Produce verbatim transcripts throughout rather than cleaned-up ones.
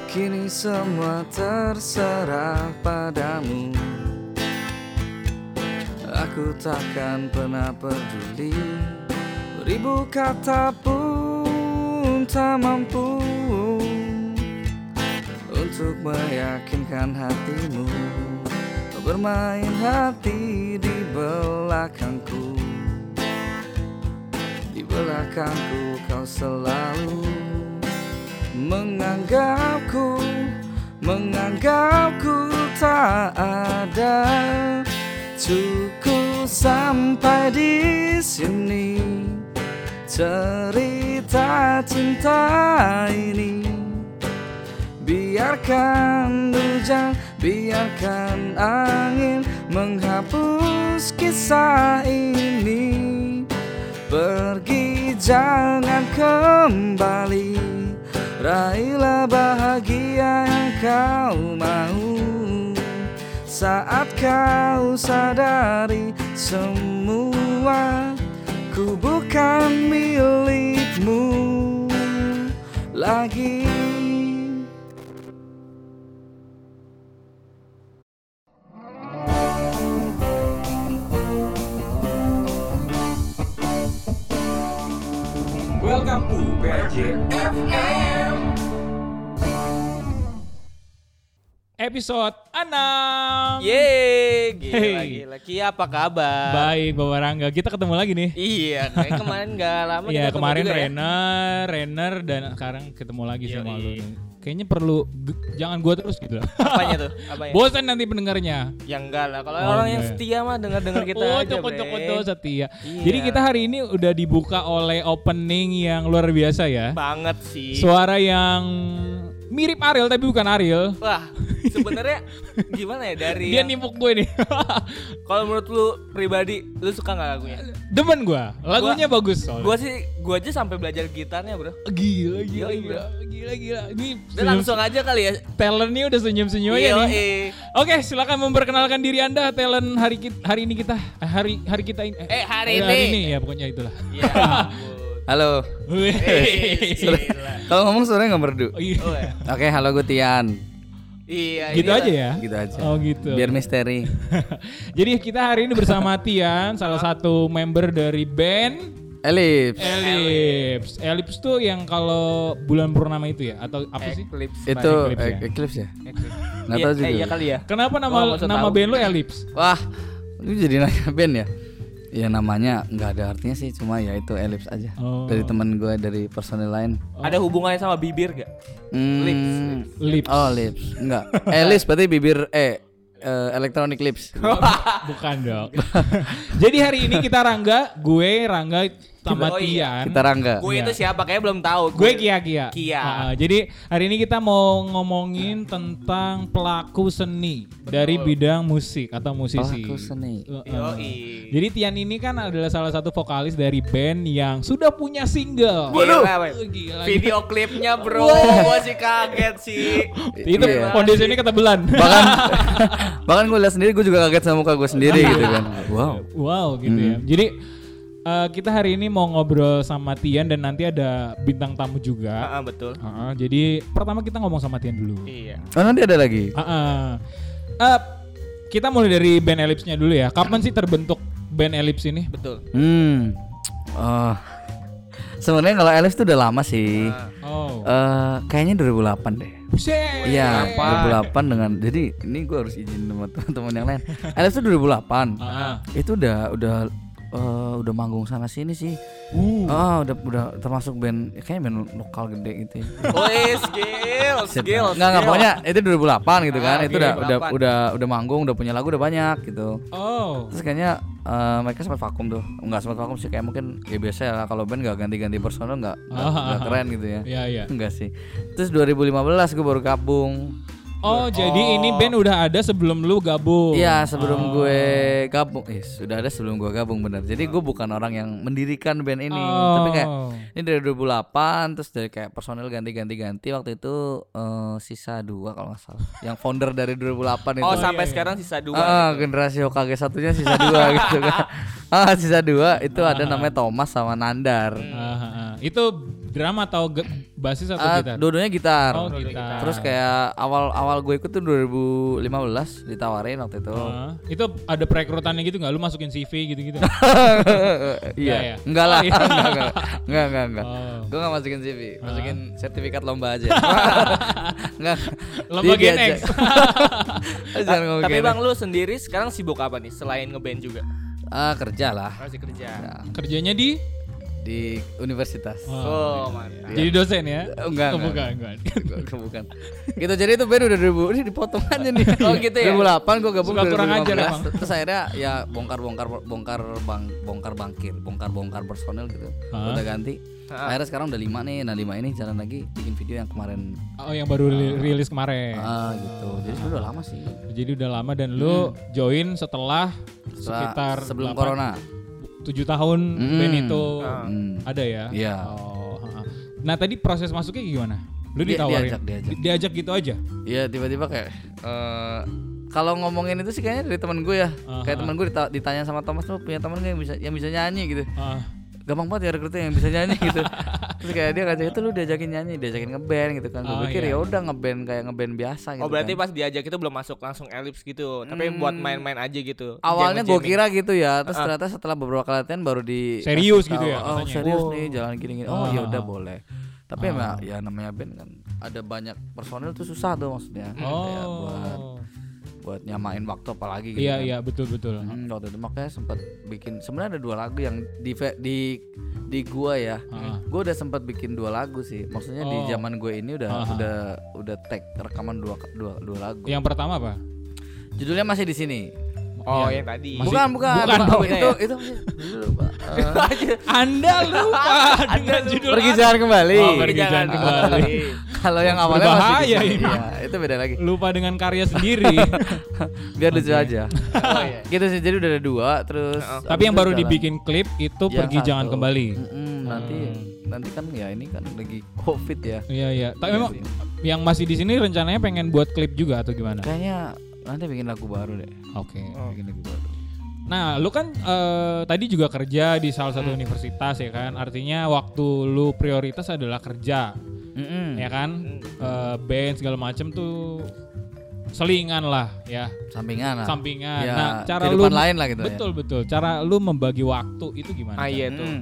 Kini semua terserah padamu. Aku takkan pernah peduli, beribu kata pun tak mampu untuk meyakinkan hatimu. Kau bermain hati di belakangku, di belakangku kau selalu menganggapku, menganggapku tak ada. Cukup sampai di sini cerita cinta ini. Biarkan hujan, biarkan angin menghapus kisah ini. Pergi jangan kembali, raihlah bahagia yang kau mau. Saat kau sadari semua, ku bukan milikmu lagi. Welcome to P J F M episode enam. Yeay, gila Hey. gila. Ki apa kabar? Baik Bapak Rangga, kita ketemu lagi nih. Iya, kayak kemarin gak lama Iya, kita kemarin ketemu juga Renner, Renner dan sekarang ketemu lagi Yoi. sama lu nih. Kayaknya perlu g- jangan gua terus gitu. ya. Apanya tuh? Apanya? Bosan nanti pendengarnya. Ya enggak lah. Kalau Oh, orang yang enggak ya. setia mah denger-denger kita oh, aja, cokot-cokot Bre. setia. Iya. Jadi kita hari ini udah dibuka oleh opening yang luar biasa ya. Banget sih. Suara yang mirip Ariel tapi bukan Ariel. Wah, sebenarnya gimana ya dari Dia yang- nimpuk gue nih. kalau menurut lu pribadi, lu suka enggak lagunya? Demen gua. Lagunya Gua- bagus soalnya. Gua sih, gua aja sampai belajar gitarnya, Bro. Gila, gila, Yoi, gila, gila, gila. Ini Udah senyum- langsung aja kali ya. talentnya udah senyum-senyum aja Iya, nih. eh. Oke, silakan memperkenalkan diri Anda talent hari kita, hari ini kita eh, hari hari kita ini. Eh, hari hari ini. ini ya pokoknya itulah. Iya. ampun. Halo. Wih. Eh, gila. Kalau ngomong suaranya nggak merdu. Oh, iya. Oh, ya. Oke, halo gue Tian. Iya, Gitu inilah. aja ya. Gitu aja. Oh gitu. Biar misteri. Jadi kita hari ini bersama Tian, salah satu member dari band Elips. Elips. Elips tuh yang kalau bulan purnama itu ya atau apa sih? Eclipse. Itu Eclipse ya? eh, Eclipse ya? Eclipse. Nggak Iya, tahu eh, juga. iya kali ya. Kenapa nama Oh, nggak usah nama tahu. band lu Elips? Wah, lu jadi nanya band ya? Ya namanya nggak ada artinya sih, cuma ya itu Elips aja. Oh. Dari teman gue, dari personil lain. Ada hubungannya sama bibir gak? Hmm, Lips, Lips. Oh, lips. Enggak. Elips berarti bibir eh eh, electronic lips. Bukan dong. Jadi hari ini kita Rangga, gue Rangga sama Oh iya. Tian. Kita Rangga. Gue Iya. itu siapa? Kayaknya belum tahu. Gue Kia Kia. Kia. Ah, ah. jadi hari ini kita mau ngomongin tentang pelaku seni dari bidang musik atau musisi. Pelaku seni. Uh, uh. Yoi. Jadi Tian ini kan adalah salah satu vokalis dari band yang sudah punya single. Gila, Oh, weh. gila. Video klipnya bro, gue sih kaget sih. Itu Iya. kondisinya ketebelan. Bahkan bahkan gue lihat sendiri, gue juga kaget sama muka gue sendiri gitu kan. Wow. Wow gitu ya. Jadi uh, kita hari ini mau ngobrol sama Tian dan nanti ada bintang tamu juga. Ah, ah, betul. Uh, jadi pertama kita ngomong sama Tian dulu. Iya. Oh, nanti ada lagi. Uh, uh. Uh, kita mulai dari band Elips-nya dulu ya. Kapan sih terbentuk band Elips ini? Betul. Hmm. Oh. Sebenarnya kalau Elips tuh udah lama sih. Oh. Eh, kayaknya dua ribu delapan deh. Buset. Iya, dua ribu delapan dengan jadi ini gue harus izin sama teman-teman yang lain. Elips tuh dua ribu delapan. Ah. Itu udah udah eh, udah manggung sana sini sih. Uh. Ah, udah udah termasuk band kayaknya band lokal gede gitu ya. Wih, skills, skills. Enggak enggak pokoknya itu dua ribu delapan gitu kan. Ah, itu udah udah dua ribu delapan. udah udah manggung, udah punya lagu udah banyak gitu. Oh. Terus kayaknya eh, mereka sempat vakum tuh. Enggak sempat vakum sih, kayak mungkin ya biasa ya kalau band enggak ganti-ganti personel enggak Ah, enggak keren gitu ya. Iya iya. Enggak sih. Terus dua ribu lima belas gue baru gabung. Oh, jadi ini band udah ada sebelum lu gabung. Iya, sebelum Oh. gue gabung. Eh, sudah ada sebelum gue gabung benar. Jadi gue bukan orang yang mendirikan band ini, Oh. tapi kayak ini dari dua ribu delapan terus dari kayak personel ganti-ganti-ganti. Waktu itu eh, sisa dua kalau nggak salah. Yang founder dari dua ribu delapan itu. Oh, sampai iya, iya. sekarang sisa dua. Ah, gitu. generasi Hokage satunya sisa dua gitu kan. Ah, sisa dua itu ada namanya Thomas sama Nandar. Ah, ah, ah. Itu drum atau ge- basis atau Ah, gitar? dua-duanya gitar. Oh, gitar. Terus kayak awal-awal gue ikut tuh dua ribu lima belas ditawarin waktu itu. Ah, itu ada perekrutannya gitu nggak? Lu masukin C V gitu-gitu? Iya. ya? Enggak lah. Oh, iya. Enggak, enggak. Enggak, enggak, enggak. Oh. Gue enggak masukin C V, masukin sertifikat lomba aja. Enggak. Lomba Dia Gen aja. X. Jangan ngomong Tapi Gen Bang X. lu sendiri sekarang sibuk apa nih selain ngeband juga? Ah, kerja lah. Masih kerja. Ya, Kerjanya di? di universitas. Oh, mantap. Jadi dosen ya? Enggak, Oh, enggak. bukan, enggak. Gua- bukan. Gitu jadi itu band udah dua ribu ini dipotong aja nih. Oh, gitu ya? dua ribu delapan gue gabung Suka kurang dua ribu lima belas. ajar emang. Terus akhirnya ya bongkar-bongkar bongkar bang bongkar bangkir, bongkar-bongkar personel gitu. Hah? Udah ganti. Hah? Akhirnya sekarang udah lima nih. Nah, lima ini jalan lagi bikin video yang kemarin. Oh, yang baru ri- rilis kemarin. Ah, gitu. Jadi sebenarnya udah lama sih. Jadi udah lama dan lu join setelah, Setelah- sekitar sebelum delapan, corona. tujuh tahun Mm. band itu Ah. Hmm. ada ya? Iya. Oh, ha-ha. Nah tadi proses masuknya gimana? Lu Dia- ditawarin? diajak, diajak. Di- diajak gitu aja? Iya, tiba-tiba kayak eh kalau ngomongin itu sih kayaknya dari teman gue ya. Aha. Kayak teman gue dita- ditanya sama Thomas tuh punya teman nggak yang bisa yang bisa nyanyi gitu. Ah. Gampang banget ya rekrutnya yang bisa nyanyi gitu. Terus kayak dia ngajak itu lu diajakin nyanyi, diajakin ngeband gitu kan. Gue Oh, pikir iya. ya udah ngeband kayak ngeband biasa gitu. Oh, berarti kan. pas diajak itu belum masuk langsung Ellipse gitu. Tapi buat main-main aja gitu. Awalnya gue Jam-jamming. kira gitu ya, terus Ah. ternyata setelah beberapa kali latihan baru di Serius kasih gitu tahu, ya Oh, katanya. serius Oh. nih jalan gini-gini. Oh, ya Ah. udah boleh. Tapi Ah. emang ya namanya band kan ada banyak personil tuh susah tuh maksudnya. Kayak buat Oh. buat nyamain waktu apalagi gitu. Iya kan. iya betul betul. Hmm, waktu itu makanya sempat bikin sebenarnya ada dua lagu yang di ve- di di gua ya. Ah. Gua udah sempat bikin dua lagu sih. Maksudnya di Oh. zaman gue ini udah Ah. udah udah tag rekaman dua dua dua lagu. Yang pertama apa? Judulnya masih di sini. Oh, Iya. yang tadi. Masih- bukan, bukan, bukan, bukan, bukan itu ya? itu masih dulu, Pak. Eh, Anda lupa dengan judul pergi Anda. jalan kembali. Oh, pergi jalan kembali. Kalau yang awalnya masih di Berbahaya sini. ini. Iya, itu beda lagi. Lupa dengan karya sendiri. Biar lucu Oke. aja. Oh, iya. Gitu sih, jadi udah ada dua terus. Oh. Tapi habis yang itu baru jalan. dibikin klip itu Yang pergi jangan satu. kembali. Mm-mm, nanti nanti kan ya ini kan lagi Covid ya. Iya iya. Tapi Iya memang sih. yang masih di sini rencananya pengen buat klip juga atau gimana? Kayaknya nanti bikin lagu baru deh. Oke. Oh. Bikin lagu baru. Nah, lu kan eh, tadi juga kerja di salah satu universitas ya kan? Artinya waktu lu prioritas adalah kerja, Mm-mm. ya kan? Eh, band segala macem tuh selingan lah ya, Sampingan lah. sampingan. Ya, Nah, cara lu kehidupan lain lah gitu betul betul. Cara lu membagi waktu itu gimana? Ah, Chan? iya ya. tuh. Hmm.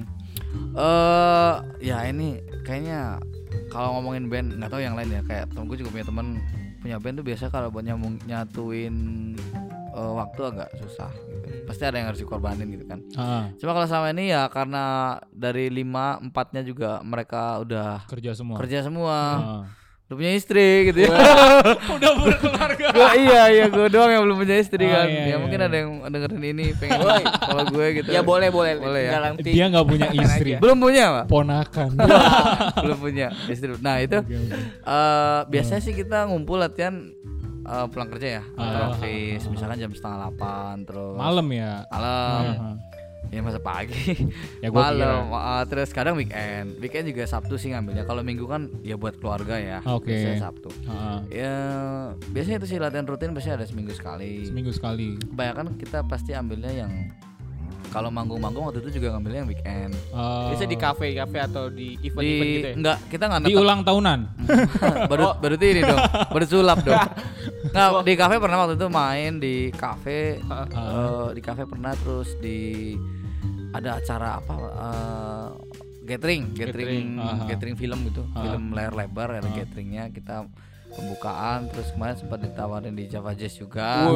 Eh, ya ini kayaknya kalau ngomongin band nggak tahu yang lain ya. Kayak temen gue juga punya temen punya band tuh biasa kalau buat nyambung nyatuin eh, waktu agak susah gitu. Pasti ada yang harus dikorbanin gitu kan. Ah, Cuma kalau selama ini ya karena dari lima empatnya juga mereka udah kerja semua. kerja semua, Ah. udah punya istri gitu ya. Udah berkeluarga. Gua iya iya gue doang yang belum punya istri Oh, kan. iya, Ya iya, mungkin iya. ada yang dengerin ini pengen kalau gue gitu. Ya boleh boleh. Boleh ya. Tinggal nanti. Dia nggak punya istri. Belum punya Pak? Ponakan. Belum punya istri. Nah itu Oke, oke. eh biasanya sih kita ngumpul latihan eh, pulang kerja ya. Antar Ah. office misalkan jam setengah delapan terus Malam ya. malam. Ah. Ya masa pagi. Ya gua malam. Ah, terus kadang weekend. Weekend juga Sabtu sih ngambilnya. Kalau Minggu kan ya buat keluarga ya. Oke. Biasanya Sabtu. Ah. Ya biasanya itu sih latihan rutin biasanya ada seminggu sekali. Seminggu sekali. Kebanyakan kita pasti ambilnya yang kalau manggung-manggung waktu itu juga ngambilnya yang weekend. Ah. Bisa di kafe-kafe atau di Di event-event gitu ya. enggak kita enggak Di ulang tahunan. baru baru ini dong, baru sulap dong. Nggak, di kafe pernah waktu itu main di kafe, eh, di kafe pernah terus di ada acara apa eh, gathering, gathering, Gathering, aha. gathering film gitu, Ah. film layar lebar ada Ah. gatheringnya kita pembukaan terus kemarin sempat ditawarin di Java Jazz juga.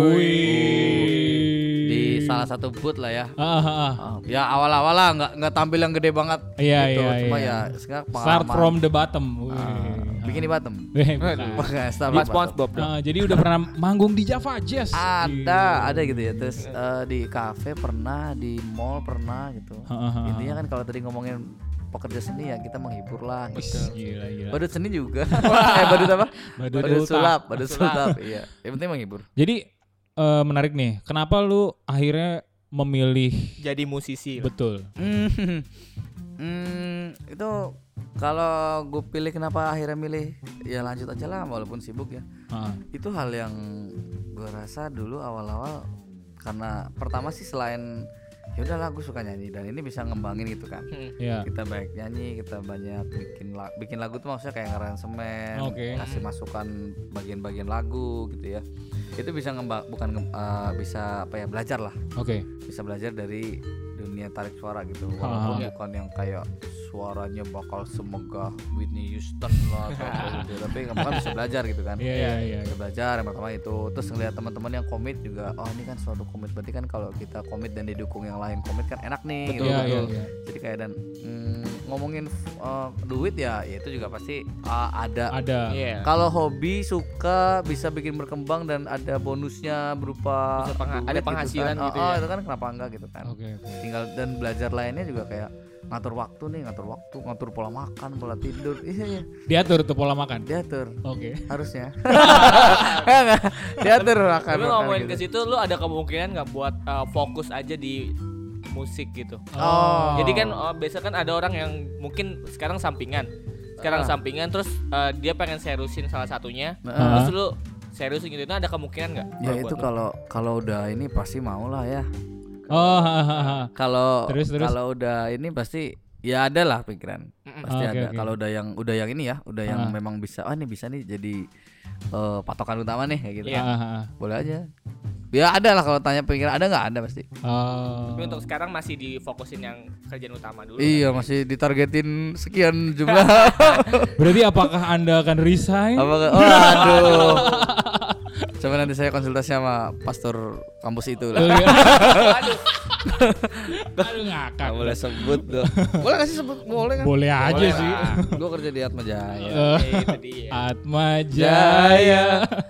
Wih. Di salah satu booth lah ya. Ah, ah, ah. Ah, ya awal-awal lah nggak nggak tampil yang gede banget Iya, gitu, iya, cuma iya. ya sekarang Start pengalaman. from the bottom. Wih. Ah, bikin di Batam. Eh, bukan. Bukan, start Mas di Batam. SpongeBob dong. Ah, jadi udah pernah manggung di Java Jazz. Ada, ada gitu ya. Terus eh, di kafe pernah, di mall pernah gitu. Ah, ah, ah. Intinya kan kalau tadi ngomongin pekerja seni ya kita menghibur lah. Wih, Gitu. gila gila. Badut seni juga. eh badut apa? Badut Badut sulap. sulap, badut sulap. Iya. Yang penting menghibur. Jadi eh, menarik nih. Kenapa lu akhirnya memilih Jadi musisi. lah. betul? Hmm, hmm, itu kalau gue pilih kenapa akhirnya milih ya lanjut aja lah walaupun sibuk ya. Ah, Itu hal yang gue rasa dulu awal-awal karena pertama sih selain ya udahlah gue suka nyanyi dan ini bisa ngembangin gitu kan. Iya. Kita baik nyanyi, kita banyak bikin la- bikin lagu tuh maksudnya kayak ngaransemen, Oke. kasih masukan bagian-bagian lagu gitu ya. Itu bisa ngembang bukan ngem- uh, bisa apa ya belajar lah. Oke. Bisa belajar dari dunia tarik suara gitu. Ha, Walaupun ha. bukan yang kayak suaranya bakal semegah Whitney Houston lah atau apa gitu. Tapi kamu kan bisa belajar gitu kan. Iya iya iya. Bisa belajar yang pertama itu. Terus ngeliat teman-teman yang komit juga, oh ini kan suatu komit, berarti kan kalau kita komit dan didukung yang lain komit kan enak nih. Betul gitu. iya iya iya. Jadi kayak dan mm, ngomongin uh, duit ya, ya itu juga pasti uh, ada. Ada. Iya. Kalau hobi suka bisa bikin berkembang dan ada bonusnya berupa Bisa pengha- duit ada penghasilan kan. gitu oh, ya. oh, itu kan kenapa enggak gitu kan. Oke oke. Tinggal dan belajar lainnya juga kayak ngatur waktu nih, ngatur waktu, ngatur pola makan, pola tidur. Iya iya. Diatur tuh pola makan. Diatur Oke. harusnya. Enggak, diatur makan. Tapi makan ngomongin gitu. ke situ, lu ada kemungkinan nggak buat uh, fokus aja di musik gitu? Oh. Jadi kan uh, biasa kan ada orang yang mungkin sekarang sampingan, sekarang Ah. sampingan terus uh, dia pengen seriusin salah satunya, Nah, terus lu seriusin gitu, itu ada kemungkinan nggak? ya buat itu lu? kalau kalau udah ini pasti mau lah ya. Oh. hahaha. Kalau Terus, terus? kalau udah ini pasti ya ada lah pikiran. Mm-mm. Pasti Oke, ada. oke. Kalau udah yang udah yang ini ya, udah yang Ah. memang bisa, oh ini bisa nih jadi eh, patokan utama nih kayak gitu. Iya. Ah, Boleh aja. Ya ada lah kalau tanya pikiran ada nggak ada pasti. oh. Tapi untuk sekarang masih difokusin yang kerjaan utama dulu. Iya kan? masih ditargetin sekian jumlah. Berarti apakah Anda akan resign? Apakah? Oh aduh. Coba nanti saya konsultasi sama pastor kampus itu Oh, lah. iya. Aduh ngakak. Nggak boleh sebut tuh. Boleh nggak sih sebut? Boleh kan? Boleh aja Boleh sih. lah. Gue kerja di Atma Jaya. Eh, Oke, itu dia. Atma Jaya.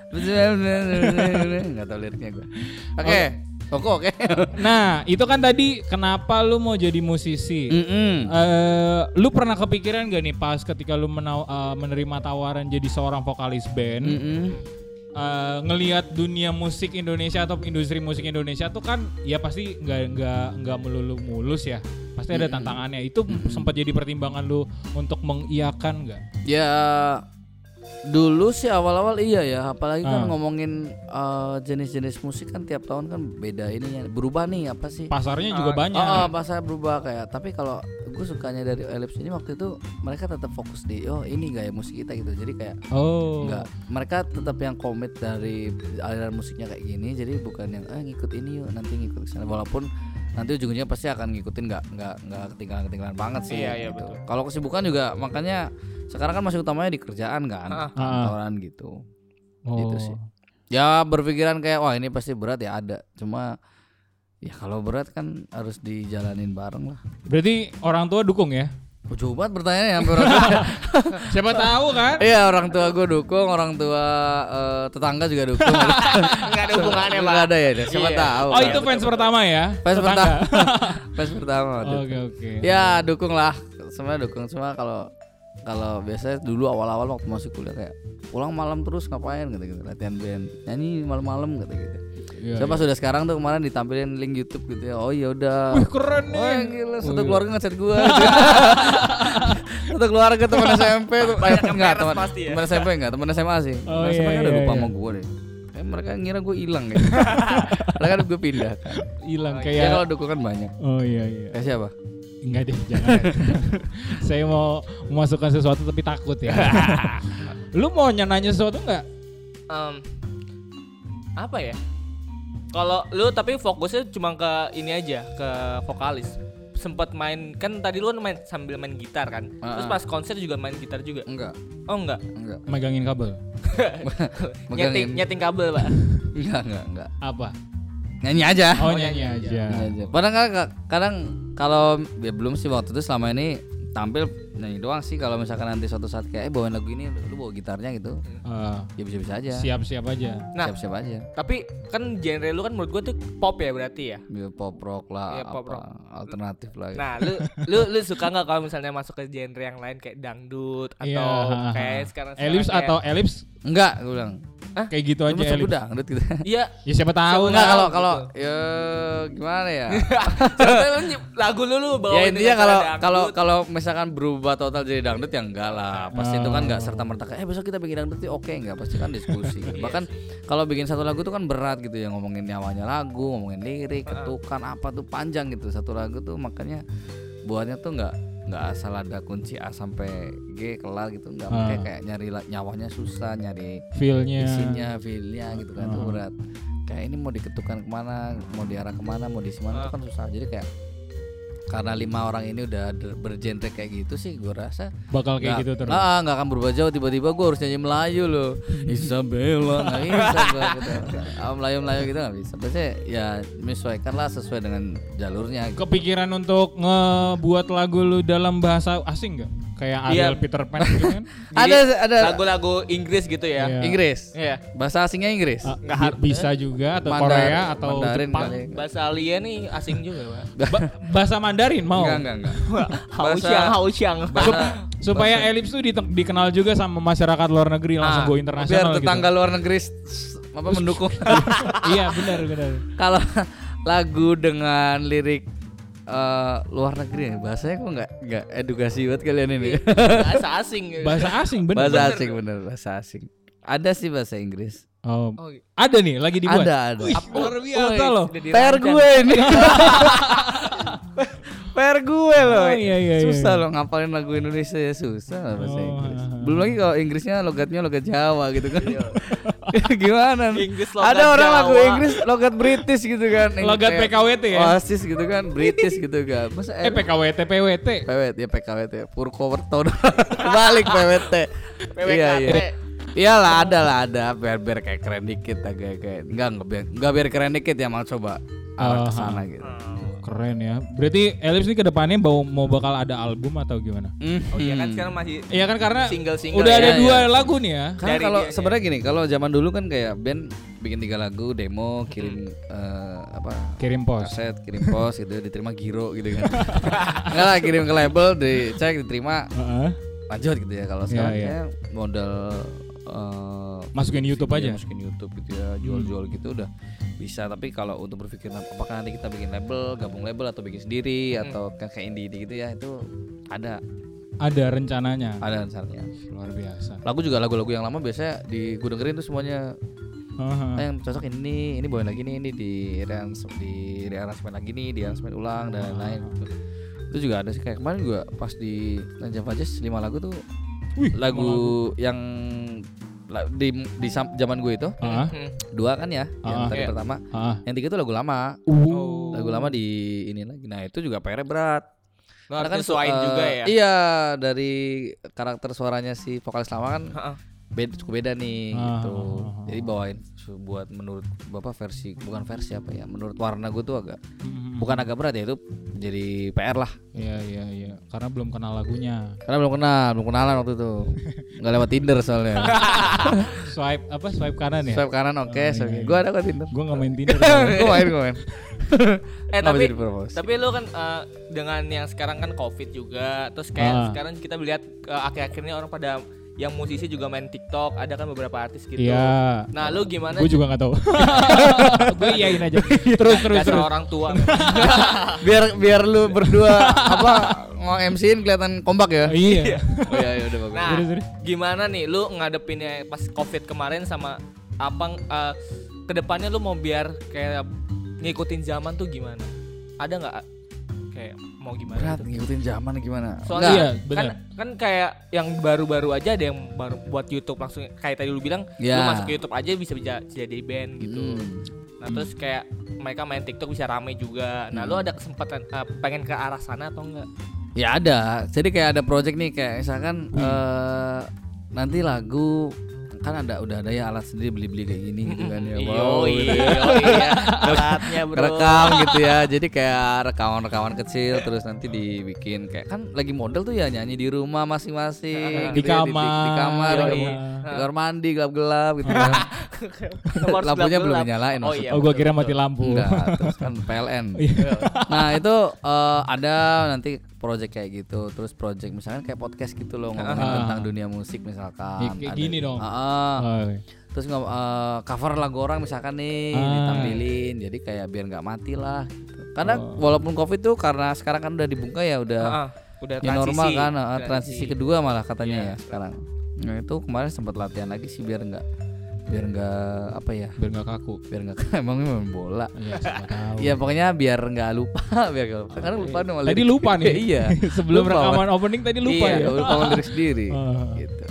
Nggak tahu liriknya gue. Oke. Oke oke. Nah, itu kan tadi kenapa lu mau jadi musisi? Mm-mm. Eh, lu pernah kepikiran gak nih pas ketika lu menaw- eh, menerima tawaran jadi seorang vokalis band, Mm-mm. eh, ngelihat dunia musik Indonesia atau industri musik Indonesia tuh kan ya pasti nggak nggak nggak melulu mulus ya, pasti ada tantangannya. Itu sempat jadi pertimbangan lu untuk mengiyakan nggak? Ya dulu sih awal-awal iya ya, apalagi kan Ah. ngomongin uh, jenis-jenis musik kan tiap tahun kan beda ininya, berubah nih apa sih? Pasarnya juga Ah, banyak. Oh, oh pasar berubah kayak. Tapi kalau gue sukanya dari Ellipse ini waktu itu mereka tetap fokus di oh ini gaya musik kita gitu. Jadi kayak Oh. enggak, mereka tetap yang komit dari aliran musiknya kayak gini. Jadi bukan yang ah ngikut ini yuk nanti ngikut kesana. Walaupun nanti ujung-ujungnya pasti akan ngikutin, nggak nggak nggak ketinggalan ketinggalan banget sih. Iya, iya, gitu. betul. Kalau kesibukan juga makanya sekarang kan masih utamanya di kerjaan kan, Ah. kantoran gitu. Oh. Gitu sih. Ya berpikiran kayak wah ini pasti berat ya ada. Cuma ya kalau berat kan harus dijalanin bareng lah. Berarti orang tua dukung ya? Oh, jauh banget pertanyaannya sampai orang tua. Siapa tahu kan? Iya orang tua gue dukung, orang tua eh, tetangga juga dukung. Nggak ada hubungannya, Pak. Nggak ada ya, siapa Iya. tahu. Oh kan. itu fans pertama ya? Fans Tetangga. pertama. Fans pertama. waktu Oke itu. oke. Ya dukung lah, sebenarnya dukung. Cuma kalau kalau biasanya dulu awal-awal waktu masih kuliah kayak pulang malam terus ngapain gitu-gitu, latihan band, nyanyi malam-malam gitu-gitu. Iya, Saya pas udah sekarang tuh kemarin ditampilin link YouTube gitu ya. Oh ya udah. Wih keren nih. Wah gila, satu Wih. keluarga ngechat gua. Satu keluarga teman S M P tuh. Banyak yang Enggak, peres teman pasti ya. teman S M P enggak, teman S M A sih. Oh, Teman S M A iya, kan udah iya, lupa iya. sama gua deh. Kayak mereka ngira gua hilang gitu. Padahal kan gua pindah kan. Hilang Ya kayak. kalau dukungan banyak. Oh iya iya. Kayak siapa? Enggak deh, jangan. Saya mau memasukkan sesuatu tapi takut ya. Lu mau nanya sesuatu enggak? Em, apa ya? Kalau lu tapi fokusnya cuma ke ini aja, ke vokalis. Sempet main kan tadi lu kan main sambil main gitar kan. Ah, Terus ah. pas konser juga main gitar juga. Enggak, Oh enggak. enggak. Megangin kabel. Nyeting Megangin. nyeting kabel, Pak. Enggak, enggak, enggak. Apa? Nyanyi aja. Oh Oh, nyanyi nyanyi aja. Nyanyi aja. Padahal kadang, kadang kalau ya belum sih waktu itu selama ini tampil nyanyi doang sih. Kalau misalkan nanti suatu saat kayak eh bawain lagu ini lu, lu bawa gitarnya gitu, Eh, ya bisa-bisa aja. siap-siap aja. Nah, Siap-siap aja. tapi kan genre lu kan menurut gua tuh pop ya berarti ya. Ya, pop rock lah, Iya, pop apa rock. alternatif lah. gitu. Nah, lu lu lu suka nggak kalau misalnya masuk ke genre yang lain kayak dangdut atau Iya. kayak sekarang Ellipse kayak- atau Ellipse? Enggak, gue bilang. Kayak gitu Lu aja masuk Elips. dangdut gitu. Iya. Ya siapa tahu. Enggak kalau gitu. kalau ya gimana ya? Sampai lu nyip- lagu lu lu bawa Ya intinya kalau kalau kalau misalkan berubah total jadi dangdut ya enggak lah. Pasti itu kan enggak serta merta kayak eh besok kita bikin dangdut oke enggak, pasti kan diskusi. Bahkan kalau bikin satu lagu tuh kan berat gitu ya, ngomongin nyawanya lagu, ngomongin lirik, ketukan apa tuh panjang gitu satu lagu tuh, makanya buatnya tuh enggak enggak asal ada kunci A sampai G kelar gitu, enggak, makanya kayak nyari la- nyawanya susah, nyari Feel-nya. isinya, feel-nya gitu kan, itu berat. Kayak ini mau diketukan kemana, mau diarah kemana, mau di mana itu kan susah. Jadi kayak karena lima orang ini udah de- bergenre kayak gitu sih, gue rasa Bakal kayak nggak- gitu terus. Ah, nggak akan berubah jauh. Tiba-tiba gue harus nyanyi Melayu loh, Isabella, nggak bisa gue gitu. Ah, Melayu-Melayu gitu nggak bisa. Biasanya ya menyesuaikan lah sesuai dengan jalurnya. Gitu. Kepikiran untuk ngebuat lagu lu dalam bahasa asing nggak? Kayak Iya. Ariel Peter Pan gitu kan? Ada ada lagu-lagu Inggris gitu ya. Iya. Inggris, Iya. bahasa asingnya Inggris. Ah, Nggak bi- har- bisa juga atau Mandar- Korea atau Mandarin Jepang. kali. Bahasa Alia nih asing juga, Pak. Ba- bahasa Mandarin mau. Enggak enggak enggak. Hauxiang, Hauxiang. Sup- supaya Elips tuh dite- dikenal juga sama masyarakat luar negeri, langsung Ah, go Biar internasional tetangga gitu. luar negeri s- s- apa mendukung. Iya benar benar. Kalau lagu dengan lirik eh, luar negeri ya, bahasanya kok nggak nggak edukasi buat kalian ini. Bahasa asing. Bahasa asing bener. Bahasa asing bener, bahasa asing. Ada sih bahasa Inggris. Oh, Oh, ada nih lagi dibuat. Ada ada. Wih, luar biasa loh. Udah Per dirancang. gue ini. Per gue loh. Oh, iya, iya, susah iya. loh ngapalin lagu Indonesia ya, susah lah bahasa Oh, Inggris. ah, ah. Belum lagi kalau Inggrisnya logatnya logat Jawa gitu kan. Gimana? Inggris logat Ada orang lagu Jawa. Inggris logat British gitu kan. Logat Kayak P K W T ya? Oasis gitu kan, British gitu kan. Masa Eh P K W T P W T. P W T ya P K W T Purwokerto balik P W T. P W K T. Iya iya. Iyalah ada lah ada biar biar kayak keren dikit agak kayak enggak enggak biar enggak biar keren dikit ya, mau coba arah ke sana gitu. Keren ya. Berarti Elips nih kedepannya mau mau bakal ada album atau gimana? Oh iya kan sekarang masih Iya kan karena single-single udah ya. ada Iya, dua iya. lagu nih ya. Karena Dari kalau dianya. sebenarnya gini, kalau zaman dulu kan kayak band bikin tiga lagu, demo, kirim eh, apa Kirim pos. kaset, kirim pos gitu, diterima giro gitu kan. Enggak lah, kirim ke label, dicek, diterima, Heeh. lanjut gitu ya. Kalau sekarang iya. kayak modal eh, Masukin YouTube iya, aja. masukin YouTube gitu ya, jual-jual gitu udah bisa. Tapi kalau untuk berpikir apakah nanti kita bikin label, gabung label atau bikin sendiri atau kayak kayak indie gitu ya, itu ada Ada rencananya. ada rencananya. Luar biasa. Lagu juga lagu-lagu yang lama biasanya di gue dengerin tuh semuanya. Heeh. Ah, yang cocok ini, ini bawain lagi nih, ini di rearrange, di rearrangement lagi nih, di aransemen ulang dan lain-lain. Gitu. Itu juga ada sih, kayak kemarin juga pas di Ninja Fajes lima lagu tuh Wih, lagu yang la- di di sam- zaman gue itu Heeh. Hmm. dua kan ya, yang Ah, tadi iya. pertama, Heeh. yang tiga tuh lagu lama, Uh. lagu lama di ini lagi. Nah itu juga P R-nya berat. Lo harus Karena nyesuaiin eh, juga ya. Iya, dari karakter suaranya si vokalis lama kan Heeh. beda, cukup beda nih Ah, gitu. ah, ah, ah. Jadi bawain su- buat menurut bapak versi, bukan versi apa ya, menurut warna gue tuh agak Mhm. bukan agak berat ya, itu jadi P R lah. Iya iya iya. Karena belum kenal lagunya. Karena belum kenal, belum kenalan waktu itu. Nggak lewat Tinder soalnya. Swipe apa? Swipe kanan ya? Swipe kanan oke, Oh, swipe iya, iya. gue ada kok Tinder. Gue nggak main Tinder. Gue main, gue main. Eh Nggak tapi bisa di-propose. tapi lu kan eh, dengan yang sekarang kan Covid juga, terus kayak Ah. sekarang kita lihat eh, akhir-akhirnya orang pada yang musisi juga main TikTok, ada kan beberapa artis gitu. Iya. Nah, lu gimana? Gue juga nggak tahu. Gue iyain aja. Terus terus Dasar terus. orang tua. biar biar lu berdua apa mau M C-in kelihatan kompak ya. Iya. Oh iya, iya udah bagus. Nah, Terus, terus. gimana nih lu ngadepinnya pas Covid kemarin sama apa eh, kedepannya lu mau biar kayak ngikutin zaman tuh gimana? Ada nggak kayak mau gimana? Berat gitu? ngikutin zaman gimana? Soalnya Iya, kan, benar. kan kayak yang baru-baru aja ada yang baru buat YouTube langsung kayak tadi lu bilang Ya. lu masuk ke YouTube aja bisa bisa jadi band gitu. Hmm. Nah, terus kayak mereka main TikTok bisa rame juga. Nah, lu ada kesempatan eh, pengen ke arah sana atau enggak? Ya ada. Jadi kayak ada project nih, kayak misalkan eh nanti lagu kan ada udah ada ya alat sendiri, beli-beli kayak gini gitu kan ya. Wow, iya, alatnya bro. Rekam gitu ya. Jadi kayak rekaman-rekaman kecil terus nanti dibikin kayak kan lagi model tuh ya, nyanyi di rumah masing-masing Di gitu ya, kamar. di, di kamar, Yoi. di kamar, di kamar mandi gelap-gelap gitu kan. Nomor Lampunya belum gelap-gelap. dinyalain Oh maksudnya. iya. Oh gue betul, kira betul. mati lampu. Enggak, terus kan P L N. Iya. Nah itu eh, ada nanti project kayak gitu. Terus project misalkan kayak podcast gitu loh, ngomongin Ah. tentang dunia musik misalkan. Ya, kayak Ada- gini dong. Ah, ah. Oh, terus nggak uh, cover lagu orang misalkan nih Ah. ditampilin, jadi kayak biar nggak mati lah. Gitu. Karena Oh. walaupun covid tuh karena sekarang kan udah dibuka ya udah Heeh, udah ya normal transisi. kan, uh, transisi kedua malah katanya Iya. ya sekarang. Nah itu kemarin sempat latihan lagi sih biar nggak biar nggak apa ya, Biar nggak kaku. biar nggak emang main bola. Iya, siapa tahu. Iya pokoknya biar nggak lupa, biar nggak lupa. Karena lupa dong. Tadi lupa nih. Iya. Sebelum Lupa, rekaman opening tadi lupa iya, ya. lupa sama lirik sendiri. Oh. Gitu.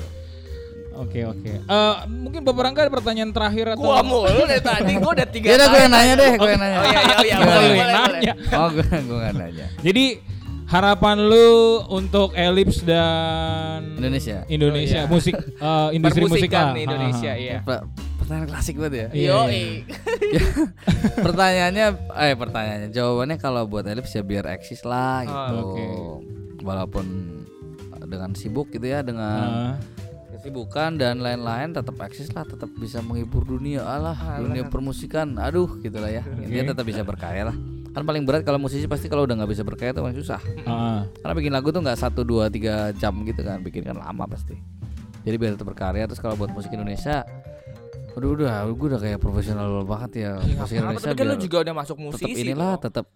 Oke oke. Eh, mungkin Bapak Rangga ada pertanyaan terakhir atau? Gua mulu dari tadi, gua udah tiga Ya udah gue kali yang nanya deh, gue yang nanya. Oh iya iya iya, Gimana? boleh, Lu yang boleh, boleh. nanya. Oh gue gue nggak nanya. Jadi harapan lu untuk Ellipse dan Indonesia. Indonesia Oh, iya. musik eh, industri musik Permusikan lah. Indonesia, Ha, ha. iya. Per- pertanyaan klasik banget ya. Iya, Yo, iya. Ya, pertanyaannya, eh pertanyaannya, jawabannya kalau buat Ellipse ya biar eksis lah gitu. Oh, oke. Walaupun dengan sibuk gitu ya, dengan Ah. kesibukan dan lain-lain tetap eksis lah, tetap bisa menghibur dunia alah, dunia permusikan. Aduh, gitulah ya. Intinya tetap bisa berkarya lah. Kan paling berat kalau musisi pasti kalau udah nggak bisa berkarya tuh paling susah. Ah. Karena bikin lagu tuh nggak satu dua tiga jam gitu kan, bikin kan lama pasti. Jadi biar tetap berkarya. Terus kalau buat musik Indonesia, aduh udah, gue udah kayak profesional banget ya. Musik Kenapa? Indonesia Tapi kan lu biar juga udah masuk tetap musisi. inilah, kok. tetap.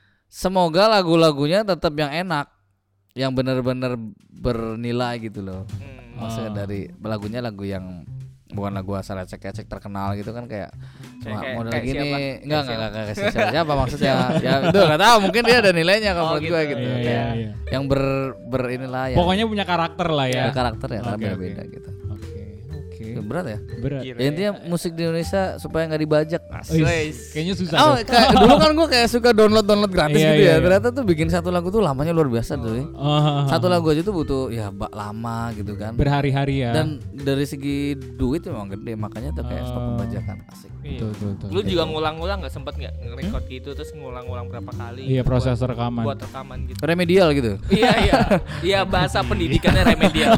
Semoga lagu-lagunya tetap yang enak, yang benar-benar bernilai gitu loh. Hmm. Maksudnya Ah. dari lagunya lagu yang bukan lagu asal ecek-ecek terkenal gitu kan, kayak cuma kayak- model kayak gini siapa? enggak Kayak enggak siapa? enggak kayak siapa, siapa maksudnya ya itu enggak tahu, mungkin dia ada nilainya kalau Oh, menurut gue gitu. gitu. Iya, iya, Kayak iya. yang ber ber inilah ya, Pokoknya punya karakter lah ya. ada karakter ya, karena Oke, beda-beda oke. gitu. Oke. Oke. Ya, berat ya. Berat. Gila. Ya, intinya musik di Indonesia supaya nggak dibajak. Wih, Wes. kayaknya susah. Oh, tuh. kayak dulu kan gue kayak suka download-download gratis Iya, gitu iya, ya. iya. Ternyata tuh bikin satu lagu tuh lamanya luar biasa tuh. Oh, Satu lagu aja tuh butuh ya bak lama gitu kan. berhari-hari ya. Dan dari segi duit memang gede, makanya tuh kayak stop Oh. pembajakan. Asik. Iya. Betul, betul, betul. Lu juga ngulang-ngulang nggak sempet nggak nge-record gitu terus ngulang-ngulang berapa kali? Iya, proses buat, rekaman. Buat rekaman gitu. Remedial gitu. Iya iya. Iya bahasa pendidikannya remedial.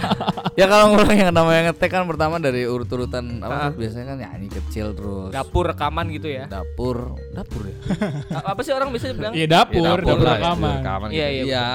Ya kalau ngulang yang namanya ngetek kan pertama dari urut-urutan apa Ah. terus biasanya kan nyanyi kecil terus Dapur rekaman gitu ya. dapur dapur ya. A- Apa sih orang bisa bilang? Iya, dapur, Ya, dapur, lah, rekaman. rekaman Iya, gitu. iya, Iya.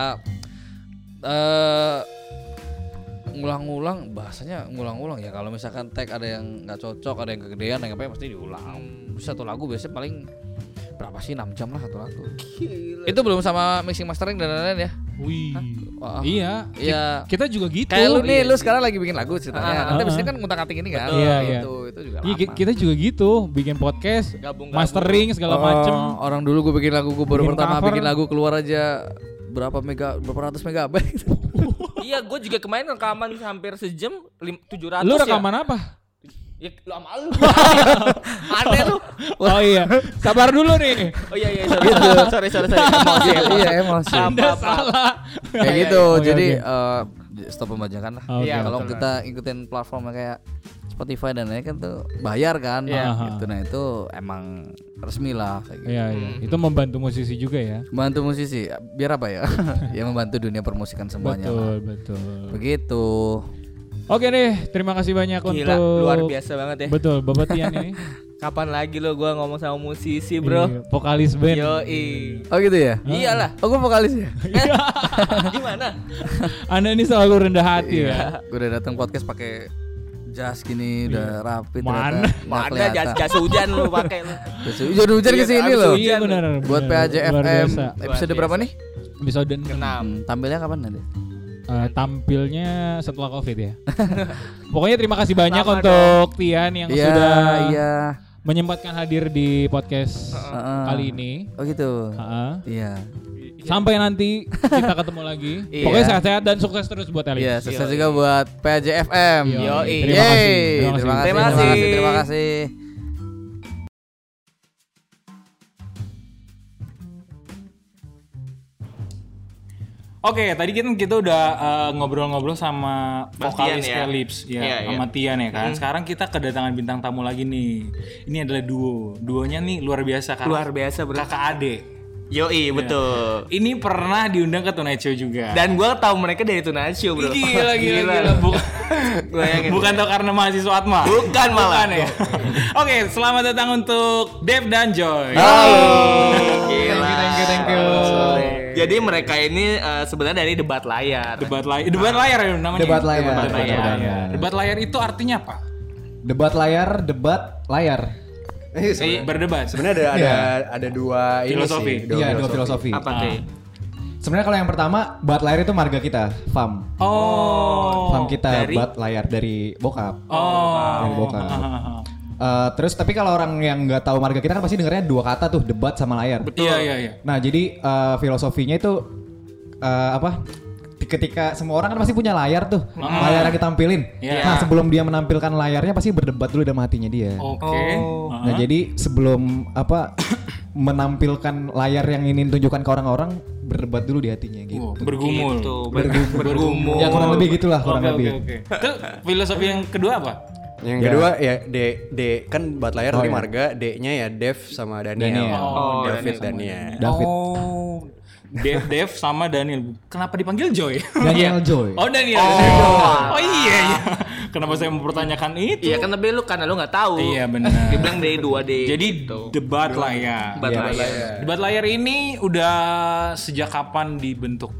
Eh, ngulang-ngulang bahasanya ngulang-ngulang ya, kalau misalkan tag ada yang nggak cocok, ada yang kegedean, yang apa pasti diulang. Satu lagu biasanya paling berapa sih, enam jam lah satu lagu. Gila. Itu belum sama mixing mastering dan lain-lain ya. Wih. Wah. Iya. Iya. Kita juga gitu. Kayak lu nih, Iya lu sih. sekarang lagi bikin lagu ceritanya. Ah, Nanti ah, abis ini ah. kan ngutak-atik ini kan. Iya, iya. Itu itu juga Iya, lama. ki- kita juga gitu, bikin podcast, Gabung-gabung. mastering segala Oh, macem. orang dulu gue bikin lagu, gue baru Bikin pertama cover. bikin lagu keluar aja berapa mega berapa ratus megabyte. Iya, gue juga kemarin rekaman hampir sejam lim- tujuh ratus Lu ya. rekaman apa? Ya lu sama lu. Aneh lu. Oh iya, sabar dulu nih. Oh iya iya sorry sorry sorry sorry, sorry. Emosi, emosi. Iya emosi. Anda Apa-apa. salah. Kayak Iya, gitu. iya. Oke, Jadi oke. eh, stop pembajakan lah. Oke, Iya, Kalau betul. kita ikutin platform kayak Spotify dan lain kan tuh bayar kan. Iya. Gitu. Nah itu emang resmi lah. Kayak gitu. Iya, iya. Hmm. Itu membantu musisi juga ya. Bantu musisi biar apa ya? Ya membantu dunia permusikan semuanya lah. Betul, betul. Begitu. Oke deh, terima kasih banyak Gila, untuk luar biasa banget ya. Betul, Bapak Tian ini. Kapan lagi lo gua ngomong sama musisi, Bro? Iya, vokalis band. Yoi. Oh gitu ya? Iyalah. Oh gue vokalis ya? Gimana? Anda ini selalu rendah hati ya. Gue udah datang podcast pakai jas gini, udah rapi. Mana? ternyata. Nggak Mana kelihatan. jas jas hujan lu pakai lu. Jas hujan hujan Iya, kesini abis loh. Iya benar. Buat P benar. A J F Luar M biasa. episode Luar berapa biasa. nih? Episode enam. Kenam. Hmm, tampilnya kapan nanti? Eh, tampilnya setelah Covid ya. Pokoknya terima kasih banyak Sama untuk Tian yang Iya, sudah iya. menyempatkan hadir di podcast Heeh. kali ini. Oh gitu. Heeh. Iya. Sampai nanti kita ketemu lagi. Iya. Pokoknya sehat-sehat dan sukses terus buat Elis. Iya, sukses Yoi. juga buat P A J F M. Yoi. Terima kasih. Yeay. Terima kasih. Terima kasih. Terima Terima kasih. kasih. Terima kasih. Oke, tadi kita kita udah uh, ngobrol-ngobrol sama Mas vokalis Tian ya. Ellipse ya, Iya, sama iya. Tian ya kan. Hmm. Sekarang kita kedatangan bintang tamu lagi nih. Ini adalah duo. Duonya nih luar biasa karena Luar biasa, Bro. kakak adik. Yoi, betul. Ini pernah diundang ke Tonight Show juga. Dan gua tahu mereka dari Tonight Show, Bro. gila gila gila. Bukan, Bayangin. bukan tuh karena mahasiswa Atma. Bukan malah. Bukan ya. Oke, selamat datang untuk Dev dan Joy. Halo. Thank Gila. you, thank you, thank you. Jadi mereka ini eh, sebenarnya dari debat layar. Debat layar, debat layar ya namanya. Debat layar. Debat Debat layar. layar. Debat layar itu artinya apa? Debat layar, debat layar. Eh, sebenarnya- Berdebat. Sebenarnya ada ada ada dua ini Filosofi. sih, Iya, dua filosofi. Apa tuh? Sebenarnya kalau yang pertama, debat layar itu marga kita, F A M. Oh. F A M kita dari? debat layar dari bokap. Oh. Dari bokap. Eh, terus tapi kalau orang yang nggak tahu marga kita kan pasti dengarnya dua kata tuh, debat sama layar. Iya iya iya. Nah jadi eh, filosofinya itu eh, apa? Ketika semua orang kan pasti punya layar tuh, layar yang ditampilin. Iya. Nah sebelum dia menampilkan layarnya pasti berdebat dulu dalam hatinya dia. Oke. Nah jadi sebelum apa menampilkan layar yang ingin tunjukkan ke orang-orang, berdebat dulu di hatinya gitu. Oh, bergumul. Gitu, ber- bergumul. Ya kurang lebih gitulah kurang Oke lebih. oke oke. Terus filosofi yang kedua apa? Yang Ya. kedua ya D D kan buat layar Oh, tadi iya. marga, D-nya ya Dev sama Daniel. Daniel. Oh, David Daniel. Daniel. David. Oh. Dev Dev sama Daniel. Kenapa dipanggil Joy? Daniel Joy. Oh Daniel. Oh, oh iya iya. Kenapa saya mempertanyakan itu? Iya kan lebih lu karena lu nggak tahu. Iya benar. Dibilang D dua D. Jadi gitu. debat layar. Debat Iya, layar. Debat layar ini udah sejak kapan dibentuk?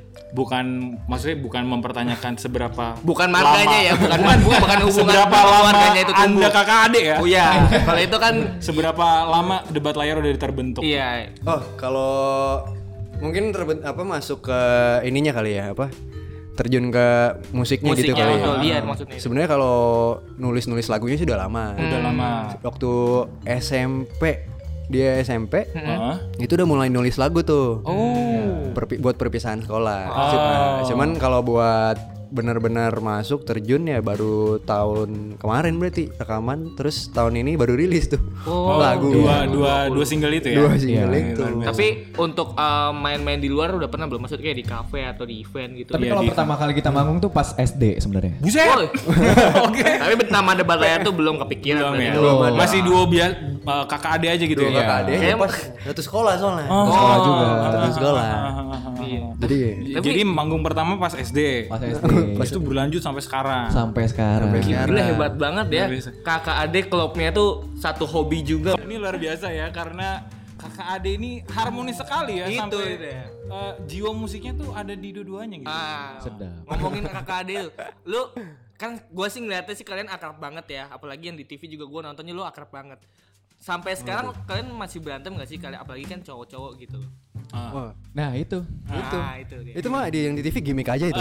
Bukan maksudnya bukan mempertanyakan seberapa Bukan marganya lama. ya, bukan bukan, bukan hubungan seberapa sama lama keluarganya itu tumbuh. Anda kakak adik ya? Oh iya, kalau itu kan Seberapa lama debat layar udah terbentuk? iya. Oh, kalau mungkin terben- apa masuk ke ininya kali ya, apa? Terjun ke musiknya, gitu Musiknya kali itu ya. lihat maksudnya. Sebenarnya kalau nulis-nulis lagunya sih udah lama. Udah lama. Waktu S M P, dia S M P, Heeh. itu udah mulai nulis lagu tuh. Oh. Perpi- buat perpisahan sekolah. Nah, cuman kalau buat benar-benar masuk terjun ya baru tahun kemarin berarti rekaman, terus tahun ini baru rilis tuh Oh, lagu. Dua dua dua single itu ya? Dua single Iya. itu. Tapi untuk uh, main-main di luar udah pernah belum? Maksudnya kayak di kafe atau di event gitu. Tapi Iya, kalau di- pertama kali kita manggung tuh pas S D sebenarnya. Buset. Woi. Oke. Tapi nama debat layar tuh belum kepikiran. Belum berarti. ya. Belum ada. Masih duo biasa kakak adik aja gitu Dua ya. kakak adik Kayak- pas satu sekolah soalnya. Oh, sekolah juga. Satu sekolah. Iya. Jadi Tapi- Jadi manggung pertama pas S D. Pas S D. Pas itu berlanjut sampai sekarang. Sampai sekarang. Sampai sekarang. Gila hebat banget ya. Luar biasa. Kakak adik klubnya tuh satu hobi juga. Ini luar biasa ya karena kakak ade ini harmonis sekali ya Itu sampai dia. eh, jiwa musiknya tuh ada di dua-duanya gitu. Ah, Sedap. ngomongin kakak adik lu, lu kan gua sih ngeliatnya sih kalian akrab banget ya, apalagi yang di T V juga gua nontonnya lu akrab banget. Sampai sekarang kalian masih berantem gak sih kalian, apalagi kan cowok-cowok gitu loh. Ah. wah, Nah itu. itu. Ah, itu dia. Itu mah di yang di T V gimmick aja itu.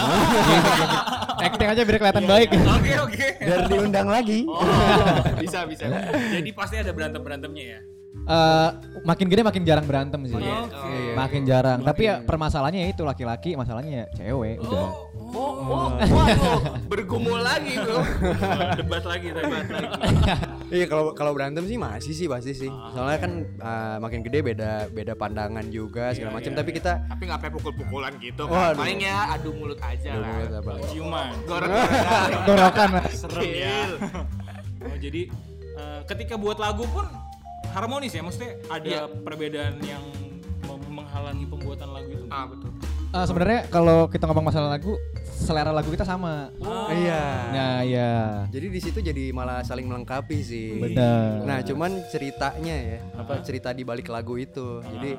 Acting aja biar kelihatan baik. Oke oke. Biar diundang lagi. Oh, bisa bisa. Jadi pasti ada berantem berantemnya ya. Eh, makin gede makin jarang berantem sih. Oke. Makin jarang. Tapi ya permasalahannya itu laki-laki, masalahnya ya cewek udah. Oh, oh, waduh, bergumul lagi bro. Debat lagi debat lagi. Iya, kalau kalau berantem sih masih sih pasti sih. Soalnya kan uh, makin gede beda beda pandangan juga segala macam. Tapi kita Tapi nggak sampai pukul-pukulan gitu Waduh. kan. Paling ya adu mulut aja Aduh, lah. mulut apa? Ciuman. Goreng-gorengan. Gorokan. Serem ya. Oh jadi eh, ketika buat lagu pun harmonis ya, maksudnya ada Iya. perbedaan yang mem- menghalangi pembuatan lagu itu. Ah betul. Eh, sebenarnya kalau kita ngomong masalah lagu, selera lagu kita sama. Oh. iya. Nah, ya. Jadi di situ jadi malah saling melengkapi sih. Benar. Nah, cuman ceritanya ya, apa cerita di balik lagu itu. Jadi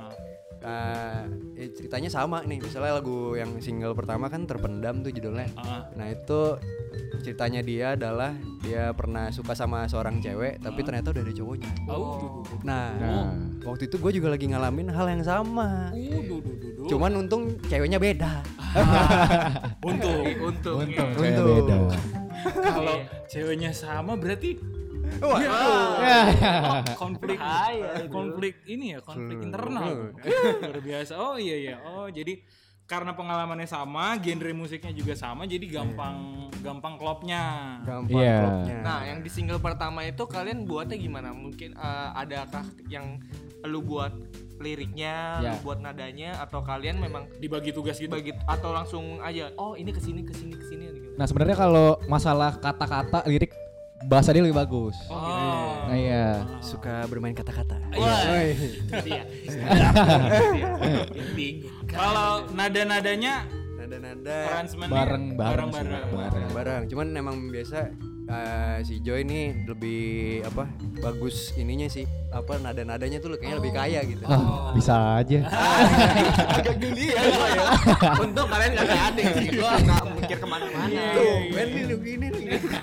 uh, ya ceritanya sama nih. Misalnya lagu yang single pertama kan Terpendam tuh judulnya. Ah. Nah, itu ceritanya dia adalah dia pernah suka sama seorang cewek tapi ternyata udah ada cowoknya. Oh. Nah, Nah. waktu itu gue juga lagi ngalamin hal yang sama. Oh, duh, duh, duh, duh. Cuman untung ceweknya beda. Untung. Untung. Untung Untung. saya beda. Kalau ceweknya sama berarti Wah, Ya. konflik Bahaya itu. konflik ini ya, konflik Hmm. internal. Luar biasa. Oh iya iya. Oh, jadi karena pengalamannya sama, genre musiknya juga sama, jadi gampang gampang klopnya. gampang Iya. klopnya. Nah, yang di single pertama itu kalian buatnya gimana? Mungkin eh, adakah yang lu buat liriknya, Ya. lu buat nadanya, atau kalian memang Dibagi tugas gitu. bagi atau langsung aja? Oh, ini kesini kesini kesini gitu. Nah, sebenarnya kalau masalah kata-kata lirik bahasa dia lebih bagus. Oh. Nah, iya. Suka bermain kata-kata. Wah, itu dia. Itu dia. Inti. Kalau nada-nadanya Nada-nada arrangementnya Bareng-bareng bareng-bareng. sih, bareng. bareng. Cuman emang biasa uh, si Joy ini lebih apa bagus ininya sih apa nada-nadanya tuh kayaknya lebih kaya gitu. Ah, bisa aja. Agak geli ya. Untung kalian gak ada adik sih. Gua gak mikir kemana-mana. Tuh, Ben ini begini nih.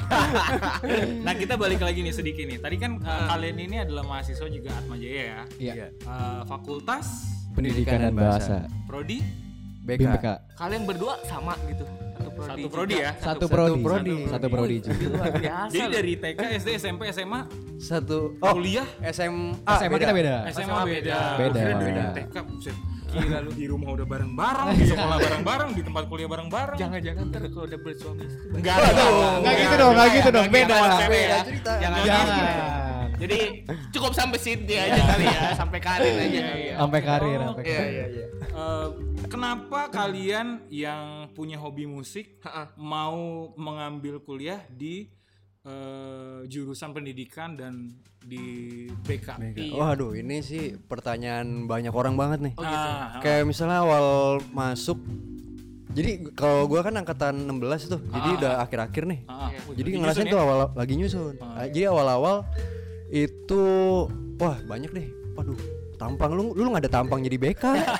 Nah kita balik lagi nih sedikit nih. Tadi kan uh, kalian ini adalah mahasiswa juga Atma Jaya ya. Iya. Uh, fakultas Pendidikan dan bahasa. prodi B K. B M K. Kalian berdua sama gitu. Satu prodi. Satu prodi ya? Satu prodi. prodi. Satu prodi juga. Luar biasa. Jadi loh. dari T K, S D, S M P, S M A, Satu kuliah, S M A S M A kita beda. S M A beda. Beda. Kira dari T K, buset. Gila lu di rumah udah bareng-bareng, di sekolah bareng-bareng, di tempat kuliah bareng-bareng. Jangan-jangan ntar kalau udah bersuami istri. Enggak Enggak gitu dong, enggak gitu dong. Beda. Beda cerita. Jangan. Jangan. Jadi cukup sampai sini aja kali ya, sampai karir aja. Sampai karir, sampai Iya karir. iya iya. Eh, kenapa kalian yang punya hobi musik Ha-ha. mau mengambil kuliah di eh, jurusan pendidikan dan di B K? Waduh, ini sih pertanyaan banyak orang banget nih. Oh gitu. Ah, Kayak misalnya awal masuk. Jadi kalau gua kan angkatan enam belas tuh. Jadi udah akhir-akhir nih. ah, ah. Jadi Lagi ngerasain nyusun tuh ya? awal lagi nyusun. Ah, Jadi awal-awal itu wah banyak deh. Waduh, tampang lu lu nggak ada tampang jadi B K.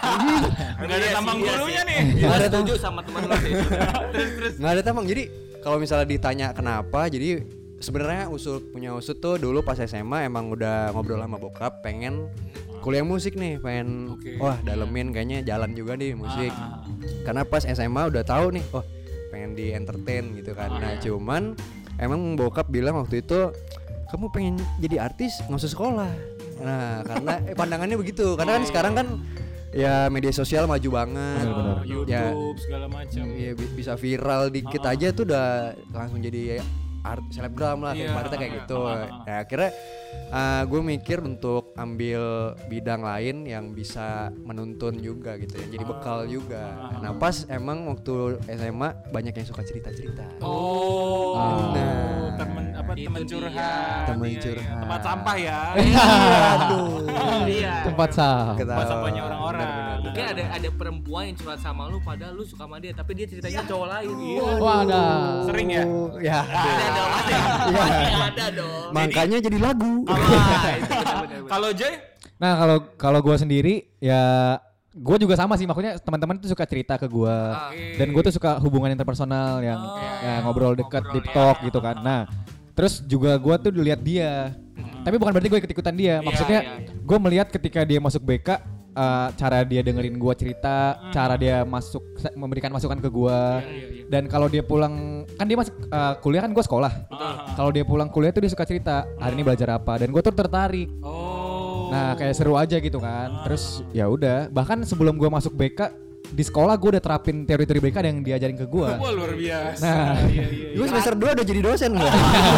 Nggak ada tampang Iya sih, gurunya nih. Gua Nggak ada setuju sama teman lu sih. Terus terus. Nggak ada tampang. Jadi kalau misalnya ditanya kenapa, jadi sebenarnya usul punya usut tuh dulu pas S M A emang udah ngobrol sama bokap pengen kuliah musik nih, pengen Oke. wah dalemin kayaknya jalan juga nih musik. Ah, ah, Karena pas S M A udah tahu nih, oh pengen di entertain gitu kan. Ah, Nah iya. cuman emang bokap bilang waktu itu kamu pengen jadi artis nggak usah sekolah. Nah karena eh, pandangannya begitu. Karena kan sekarang kan ya media sosial maju banget. ah, Ya, YouTube segala macam. ya bi- bisa viral dikit Ah, ah. aja tuh udah langsung jadi art selebgram lah kayak Iya, ibaratnya kayak ah, gitu. ah, ah. Nah akhirnya gue mikir untuk ambil bidang lain yang bisa menuntun juga gitu ya, jadi bekal juga. Nah pas emang waktu S M A banyak yang suka cerita-cerita. Oh, Nah. temen apa Itu temen dia. curhat. Temen Iya, iya. curhat. Tempat sampah ya. Aduh. Iya. Tempat sah. Ketawa. Tempat sampahnya orang-orang. Mungkin ada ada perempuan yang curhat sama lu padahal lu suka sama dia tapi dia ceritanya cowok lain. Wah, ada. Sering ya? Ya. Ada dong, ada. Pasti ada dong. Makanya jadi lagu. Ah, itu benar-benar. Kalau Joy? Nah, kalau kalau gue sendiri ya gue juga sama sih, makanya teman-teman tuh suka cerita ke gue dan gue tuh suka hubungan interpersonal yang ya, ngobrol deket, deep talk gitu kan. Nah, terus juga gue tuh lihat dia, tapi bukan berarti gue ikut-ikutan dia. Maksudnya iya, iya. gue melihat ketika dia masuk B K, uh, cara dia dengerin gue cerita, cara dia masuk memberikan masukan ke gue, dan kalau dia pulang kan dia masuk uh, kuliah kan gue sekolah. Kalau dia pulang kuliah tuh dia suka cerita hari ini belajar apa, dan gue tuh tertarik. Oh. Nah kayak seru aja gitu kan. Terus ya udah, bahkan sebelum gue masuk B K di sekolah gue udah terapin teori-teori B K yang diajarin ke gue. Wah luar biasa. Nah. Iya, iya, iya. Gue semester dua udah jadi dosen gua.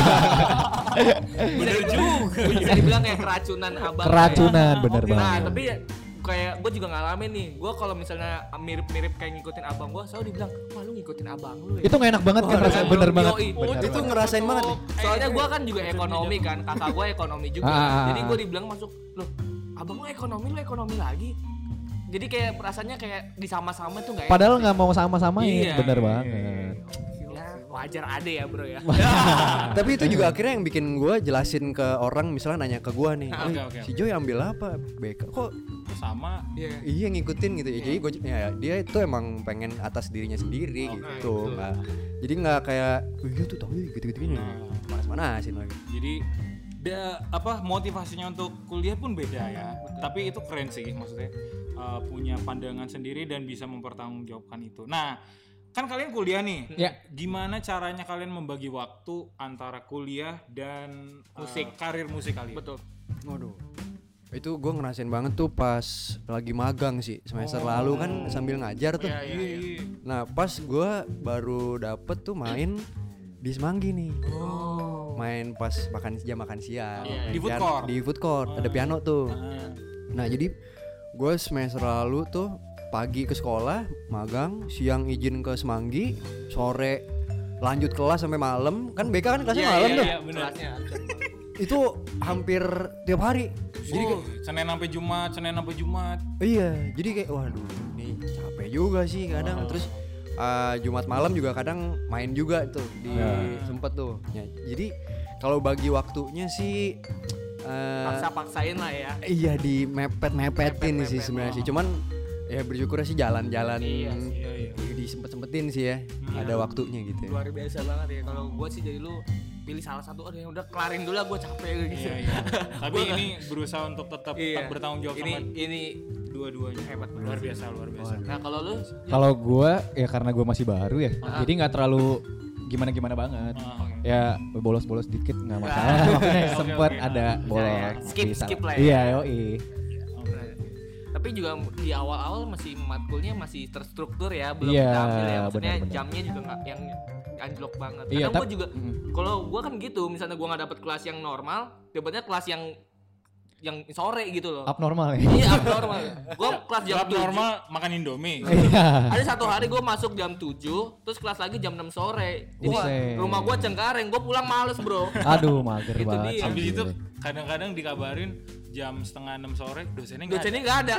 Bisa juga. Bisa dibilang kayak keracunan abang. Keracunan bener Nah, banget. tapi ya, kayak gue juga ngalamin nih. Gue kalau misalnya mirip-mirip kayak ngikutin abang gue, selalu dibilang, "Wah, lu ngikutin abang lu ya." Itu gak enak banget kan, rasanya bener banget. Yoi. Oh, Bener itu banget. ngerasain banget nih. Soalnya gue kan juga ekonomi kan, kakak gue ekonomi juga. Ah, ah, ah. Jadi gue dibilang masuk, loh, abang lu ekonomi, lu ekonomi lagi. Jadi kayak rasanya kayak disama-sama tuh nggak enak. Padahal nggak mau sama-samain, Iya, bener iya, banget. Ya, wajar ada ya bro ya. Tapi itu juga akhirnya yang bikin gue jelasin ke orang misalnya nanya ke gue nih, Oke, "Eh, oke, si Joy ambil apa B K? Kok Sama. Iya. iya ngikutin gitu ya?" Jadi gue ya dia itu emang pengen atas dirinya sendiri gitu, nggak jadi nggak kayak, "Oh, iya tuh tahu gitu-gitu gini." Panas-panasin lagi. Jadi da, apa motivasinya untuk kuliah pun beda ya. Tapi itu keren sih maksudnya uh, punya pandangan sendiri dan bisa mempertanggungjawabkan itu. Nah, kan kalian kuliah nih. Ya. Gimana caranya kalian membagi waktu antara kuliah dan musik, karir musik kalian? Betul. Waduh. Itu gue ngerasain banget tuh pas lagi magang sih semester lalu kan sambil ngajar tuh. Iya, iya. Nah pas gue baru dapet tuh main di Semanggi nih. Main pas makan jam makan siang. Main Di food pian- court? Di food court ada piano tuh. Nah jadi gue semester lalu tuh pagi ke sekolah magang, siang izin ke Semanggi, sore lanjut kelas sampai malam. Kan B K kan kelasnya malam tuh. Iya, benar. Itu hampir tiap hari. Jadi Oh, Senin sampai Jumat, Senin sampai Jumat. Iya, jadi kayak waduh ini capek juga sih kadang. Terus uh, Jumat malam juga kadang main juga tuh di Ya. sempet tuh. Ya, jadi kalau bagi waktunya sih uh, Paksa-paksain lah ya. iya di mepet-mepetin sih Mepet-mepet, sebenarnya oh. sih. Cuman ya bersyukur sih jalan-jalan Iya sih, iya, iya. disempet-sempetin sih ya. Ada waktunya gitu ya. Luar biasa banget ya. Kalau gue sih jadi lu pilih salah satu, aduh yang udah kelarin dulu lah, gue capek gitu. Iya, iya. Tapi ini berusaha untuk tetap, Iya. tetap bertanggung jawab ini sama ini dua-duanya. hebat banget. Luar biasa, luar biasa. Nah kalau lu Kalau gue ya karena gue masih baru ya, jadi nggak terlalu gimana-gimana banget. Ah, Ya bolos-bolos dikit nggak masalah. Maksudnya Oke, sempet oke. ada Bisa bolos. ya. Skip, Bisa. skip lah ya. Iya, yoi. oke. tapi juga di awal-awal masih matkulnya masih terstruktur ya, belum Iya, kita ambil ya. Maksudnya benar-benar. jamnya juga nggak yang anjlok banget. Iya, Kadang gue tap- juga, Mm. kalau gue kan gitu, misalnya gue nggak dapet kelas yang normal, dapetnya kelas yang yang sore gitu loh. Abnormal ya. Iya abnormal. Gue kelas jam Jam tujuh. normal makan Indomie. Iya. Ada satu hari gue masuk jam tujuh, terus kelas lagi jam enam sore. Wah, Buset. rumah gue Cengkareng, gue pulang males bro. Aduh, mager Itu banget. dia. Habis sih. itu kadang-kadang dikabarin jam setengah enam sore dosennya nggak Dosennya ada. nggak ada.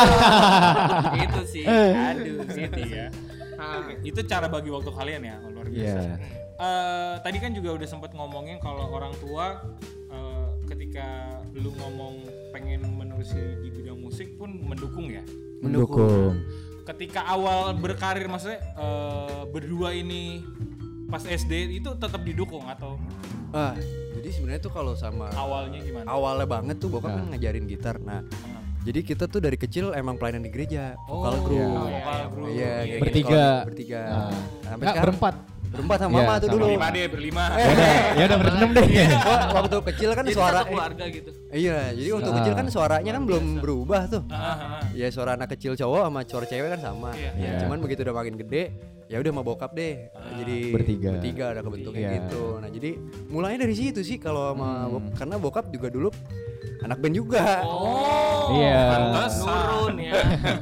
Itu sih. Aduh, gitu Iya. Ah. Itu cara bagi waktu kalian ya, luar biasa. Iya. Eh, tadi kan juga udah sempat ngomongin kalau orang tua eh, ketika lu ngomong pengen menerusi di bidang musik pun mendukung ya. Mendukung. Ketika awal berkarir maksudnya eh, berdua ini pas S D itu tetap didukung atau Ah, jadi sebenarnya tuh kalau sama awalnya gimana? awalnya banget tuh bokap Nah. kan ngajarin gitar. Nah, Ah. jadi kita tuh dari kecil emang pelayanan di gereja, vokal Oh, group. iya. vokal group. Iya, Iya, kayak Bertiga. gitu, kalau bertiga. Nah. Nah, sampai Enggak, sekarang berempat. berempat sama Iya, mama tuh sama dulu. Berlima deh, berlima. Ya udah, ya udah berenam deh. Wah, waktu kecil kan Jadi suara satu keluarga gitu. Iya, jadi waktu Ah. kecil kan suaranya kan belum berubah tuh. Ah, ah, ah. Ya suara anak kecil cowok sama suara cewek kan sama. Iya. Ya, Iya. cuman begitu udah makin gede, ya udah sama bokap deh. Jadi Bertiga. Bertiga ada kebentuknya Iya. gitu. Nah, jadi mulainya dari situ sih kalau sama Hmm. bok- karena bokap juga dulu anak band juga. Oh. Iya. Pantes. Nurun ya.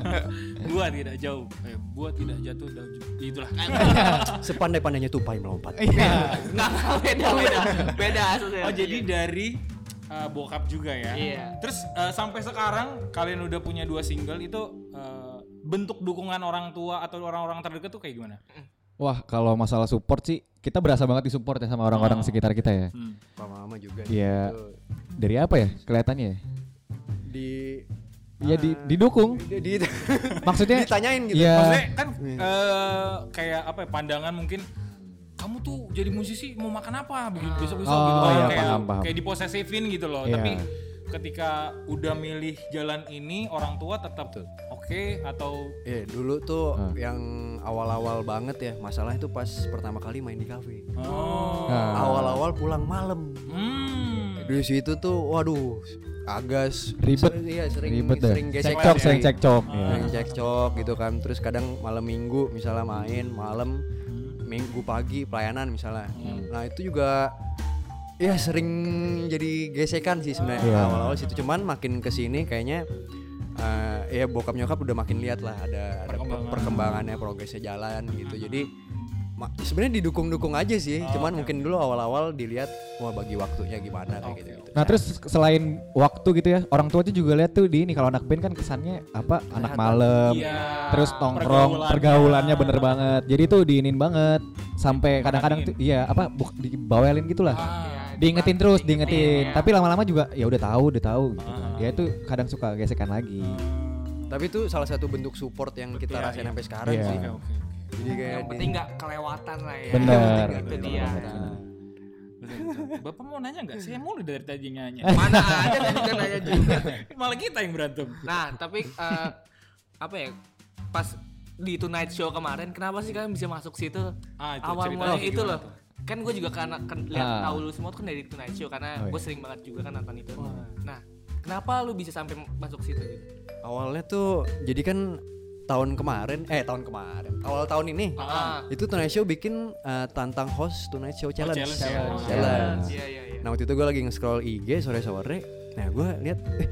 Gua tidak jauh. Eh, gua tidak jatuh jauh. Itulah. Sepandai-pandainya tupai melompat. Iya. Nggak, beda beda. Beda aslinya. Oh, jadi dari uh, bokap juga ya. Iya. Terus uh, sampai sekarang kalian udah punya dua single itu uh, bentuk dukungan orang tua atau orang-orang terdekat tuh kayak gimana? Wah, kalau masalah support sih kita berasa banget disupport ya sama orang-orang Oh. sekitar kita ya. Hmm. Papa mama juga. Iya. gitu. Dari apa ya kelihatannya ya? Di Iya di, didukung. di, di Maksudnya ditanyain gitu. Iya. Maksudnya kan Iya. uh, kayak apa ya, pandangan mungkin kamu tuh jadi musisi mau makan apa begitu besok-besok Oh, gitu kan. iya, kayak paham, paham. kayak diposesifin gitu loh. Iya. Tapi ketika udah milih jalan ini orang tua tetap oke atau Iya, dulu tuh Ah. yang awal-awal banget ya, masalah itu pas pertama kali main di kafe. oh. Nah. Awal-awal pulang malam. Hmm. Di situ tuh waduh agak s- Ribet. ser- iya sering ribet dah. sering gesekan Cekcok, sih. sering cekcok. Ah. ya. Sering cekcok gitu kan. Terus kadang malam minggu misalnya main malam, minggu pagi pelayanan misalnya. Nah, itu juga ya sering jadi gesekan sih sebenarnya Iya. awal-awal situ. Cuman makin kesini kayaknya eh, ya bokap nyokap udah makin lihat lah ada, ada per- Perkembangan. perkembangannya, progresnya jalan gitu. Jadi ma- sebenarnya didukung-dukung aja sih. Oh, Cuman oke, mungkin dulu awal-awal dilihat wah bagi waktunya gimana kayak Oke, gitu-gitu. Nah terus selain waktu gitu ya, orang tua tuh juga lihat tuh di ini kalau anak band kan kesannya apa anak malam, Iya. terus nongkrong, pergaulannya bener banget. Jadi tuh diinin banget sampai kadang-kadang tuh iya apa buk, dibawelin gitulah. Ah. Diingetin terus, Diingetin, diingetin. ya. Tapi lama-lama juga ya udah tahu, udah tahu gitu. Ah. Ya itu kadang suka gesekan lagi. Tapi itu salah satu bentuk support yang kita Iya, rasain iya. sampai sekarang Iya. sih. Oke, oke, oke. Jadi kayak Yang di- penting nggak kelewatan lah ya. Bener. Itu dia. Betul, betul. Bapak mau nanya nggak? Saya mulu dari tadi nanya. Mana ada tadi kan nanya juga. Malah kita yang berantem. Nah, tapi eh, apa ya? Pas di Tonight Show kemarin, kenapa sih kalian bisa masuk situ? Ah, itu Awal ceritanya mulai kayak itu gimana loh. tuh? Kan gue juga karena kan lihat Ah. tahu lu semua tuh kan dari Tonight Show karena Oh, iya. gue sering banget juga kan nonton itu. Nah, kenapa lu bisa sampai masuk situ gitu? awalnya tuh jadi kan tahun kemarin eh tahun kemarin awal tahun ini Ah. itu Tonight Show bikin eh, tantang host Tonight Show challenge. challenge ya. Challenge. Oh, Challenge. Iya, iya, iya. Nah waktu itu gue lagi nge-scroll I G sore-sore. Nah gue lihat eh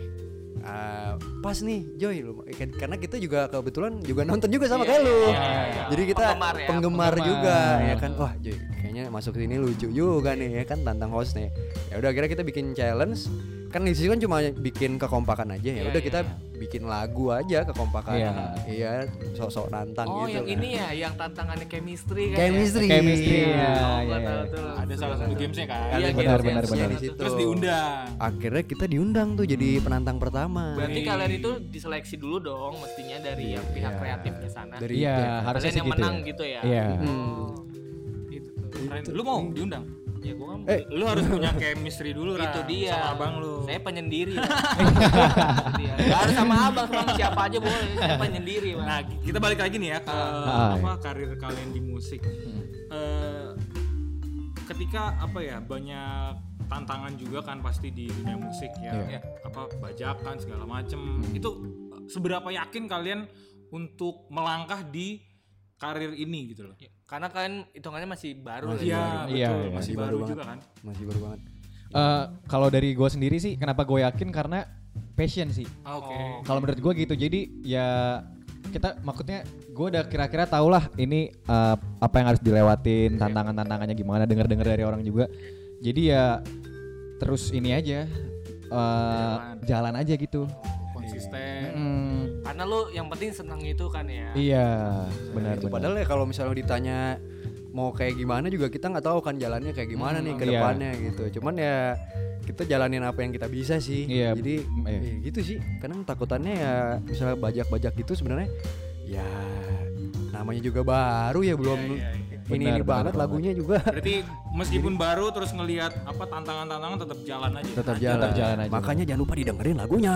eh, pas nih Joy lu kan- karena kita juga kebetulan juga nonton juga sama Iya, kayak lu. iya, iya, iya. Jadi kita Penggemar ya, penggemar, penggemar. juga ya kan. Wah Joy kayaknya masuk ke sini lucu juga nih ya kan tantang host nih. Ya udah akhirnya kita bikin challenge. kan di situ kan cuma bikin kekompakan aja ya. Iya, Udah iya, kita iya. bikin lagu aja kekompakan. Iya. Iya, sok-sok nantang Oh, gitu. yang kan. ini ya, yang tantangannya chemistry kan. Chemistry. Chemistry, Iya. ya, Ya, ya, gua ya. tahu tuh. Ada salah satu gamesnya kan. Iya, Ada benar, games- benar, gamesnya benar. di itu. situ. Terus diundang. Akhirnya kita diundang tuh jadi penantang pertama. Berarti Wih. kalian itu diseleksi dulu dong mestinya dari yang pihak Iya. kreatifnya sana. Dari Iya, pihak- harusnya Kalian sih yang gitu. menang ya. gitu ya. Iya. Oh. Gitu tuh. Keren. Lu mau diundang? Ya gua kan Eh, Lu harus punya chemistry dulu Ra, itu dia. sama abang lu. Saya penyendiri. Bang. Itu dia. Nggak harus sama abang, sama siapa aja boleh. Saya penyendiri, Bang. Nah, kita balik lagi nih ya ke Ah, apa karir kalian di musik. Eh, ketika apa ya banyak tantangan juga kan pasti di dunia musik ya, Iya. apa bajakan segala macem. Itu eh, seberapa yakin kalian untuk melangkah di karir ini gitu loh? Karena kan hitungannya masih baru lah. Iya, Iya, betul. iya. Masih Masih baru baru juga banget. kan. Masih baru banget. Eh, kalau dari gue sendiri sih, kenapa gue yakin karena passion sih. Oke. Kalau menurut gue gitu, jadi ya kita maksudnya gue udah kira-kira tau lah ini eh, apa yang harus dilewatin, tantangan-tantangannya gimana, denger-denger dari orang juga. Jadi ya terus ini aja, eh, jalan aja gitu. Konsisten. Mm, Karena lu yang penting senang itu kan ya. iya, benar Itu benar. padahal ya kalau misalnya ditanya mau kayak gimana juga kita nggak tahu kan jalannya kayak gimana nih ke iya. depannya gitu. Cuman ya kita jalanin apa yang kita bisa sih. Iya, Jadi iya. ya gitu sih. Kadang takutannya ya misalnya bajak-bajak gitu sebenarnya ya namanya juga baru ya belum Iya, iya, iya. ini Benar, ini benar banget banget. lagunya juga. Berarti meskipun baru terus ngelihat apa tantangan-tantangan tetap jalan aja. Tetap Tetap jalan. jalan aja. Makanya jangan lupa didengerin lagunya.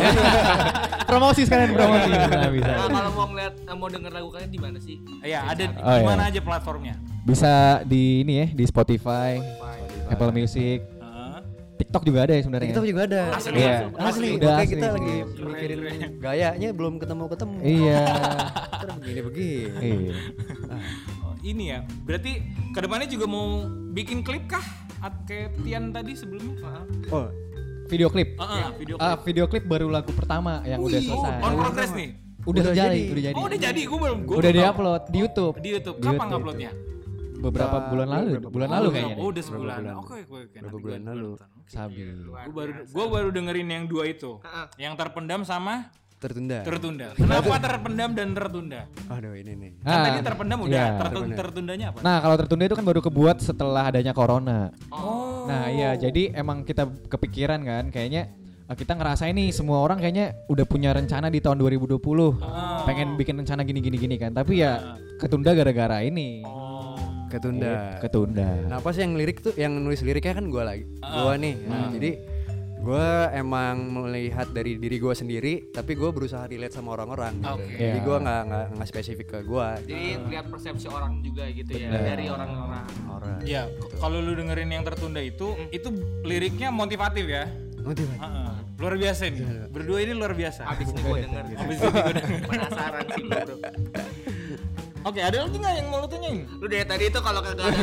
Promosi sekalian promosi. Nah, bisa. Nah, kalau mau ngeliat eh, mau denger lagu kalian di mana sih? Iya, ada di Oh, iya. mana aja platformnya? Bisa di ini ya, di Spotify, Apple Music, Heeh. TikTok juga ada ya sebenarnya. TikTok juga ada. Asli. Iya. Asli. Udah Makanya asli. kita lagi Keren, mikirin keren. gayanya belum ketemu-ketemu. Iya. Terus begini-begini. Iya. Oh, ini ya. Berarti kedepannya juga mau bikin klip kah? At- Kayak Tian tadi sebelumnya? Heeh. Oh, Video klip. Heeh, video klip. Ah, video klip baru lagu pertama yang udah Wih, selesai. on progress nih. Udah, Udah jadi, jadi. udah jadi. Oh, udah jadi. Gue belum. Gua Udah belum tahu. di-upload di YouTube. Di YouTube. Di Kapan YouTube. uploadnya? Beberapa Ba- bulan lalu, beberapa bulan Oh, lalu udah- kayaknya. Oh, udah sebulan. bulan. Oke, oke, oke. Berapa Nanti bulan gua lalu. nonton. Oke. Sabi. Gue baru gue baru dengerin yang dua itu. Heeh. Yang terpendam sama tertunda. tertunda. Kenapa terpendam dan tertunda? Aduh ini nih. Kan Ah, tadi terpendam udah, iya. tertun- Terpendam. tertundanya apa? Nah, kalau tertunda itu kan baru kebuat setelah adanya corona. Oh. Nah, iya, jadi emang kita kepikiran kan kayaknya eh, kita ngerasain nih semua orang kayaknya udah punya rencana di tahun dua ribu dua puluh. Ah. Pengen bikin rencana gini gini gini kan. Tapi ya ketunda gara-gara ini. Oh. Ketunda. Ketunda. Nah, apa sih yang lirik tuh yang nulis liriknya kan gua lagi. Gua nih. Nah, jadi gua emang melihat dari diri gua sendiri, tapi gua berusaha relate sama orang-orang. gitu. Oke. Jadi Iya. gua nggak nggak nggak spesifik ke gua. Jadi lihat persepsi orang juga gitu ya Bener. dari orang-orang. Orang. Ya, k- kalau lu dengerin yang tertunda itu, itu liriknya motivatif ya. Motivasi. Heeh. Luar biasa nih. Berdua ini luar biasa. Abis ini gue denger. Abis ini gua denger. Penasaran sih gue bro. Oke, ada lagi nggak yang mau lu tanyain? Lu dari tadi itu kalau kagak ada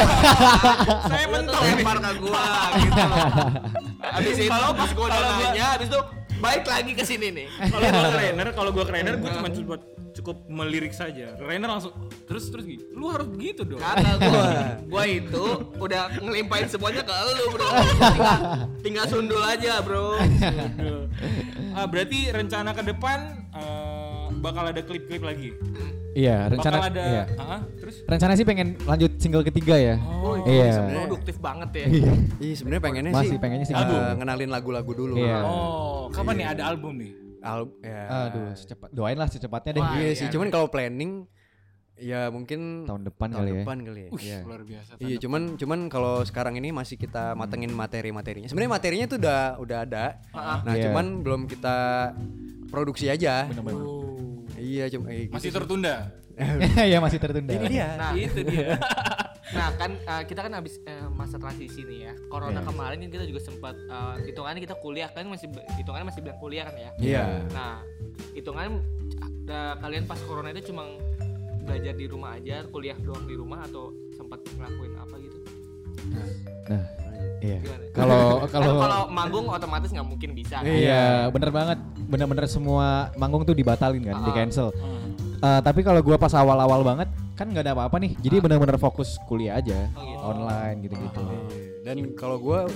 Saya lu tuh mentok ini. lempar ke gua gitu loh. Abis itu Kalau- pas gua udah kalau gua- nanya, abis itu balik lagi ke sini nih. Kalau gua trainer, kalau gua trainer gua cuma cukup cukup melirik saja. Trainer langsung terus terus gitu. Lu harus gitu dong. Kata gua, gua itu udah ngelimpahin semuanya ke lu bro. Tinggal, tinggal sundul aja bro. Ah, berarti rencana ke depan eh, bakal ada klip-klip lagi. Iya, rencana bakal ada iya. ah, terus Rencana sih pengen lanjut single ketiga ya. Oh, iya. Produktif banget ya. Iya, sebenarnya pengennya Masih sih pengennya sih eh, album. ngenalin lagu-lagu dulu. Iya. Oh, kapan nih ada album nih? Al- ya. Aduh, secepat doain lah secepatnya deh. Wah, Iya iya, sih, cuman kalau planning ya mungkin Tahun depan tahun kali ya. depan kali ya. Wih, Iya. luar biasa. Iya, cuman cuman kalau sekarang ini masih kita matengin materi-materinya. Sebenarnya materinya tuh udah udah ada. Nah, Iya. cuman belum kita produksi aja. Bener-bener. Iya, cuma eh, Masih gitu sih. tertunda. Iya, masih tertunda. Ini dia. Nah, Itu dia. Nah kan uh, kita kan habis uh, masa transisi nih ya. Corona Yes. kemarin kan kita juga sempat uh, hitungannya kita kuliah kan masih hitungannya masih bilang kuliah kan ya. Iya. Nah hitungannya uh, kalian pas corona itu cuma belajar di rumah aja, kuliah doang di rumah atau sempat ngelakuin apa gitu? Nah, iya. Gimana? Kalau Kan kalau kalau manggung otomatis nggak mungkin bisa. Kan? iya, bener banget. Bener-bener semua manggung tuh dibatalin kan, Ah. di cancel. Uh, tapi kalau gua pas awal-awal banget kan nggak ada apa-apa nih. Jadi bener-bener fokus kuliah aja, Oh, gitu. online gitu-gitu. Dan kalau gue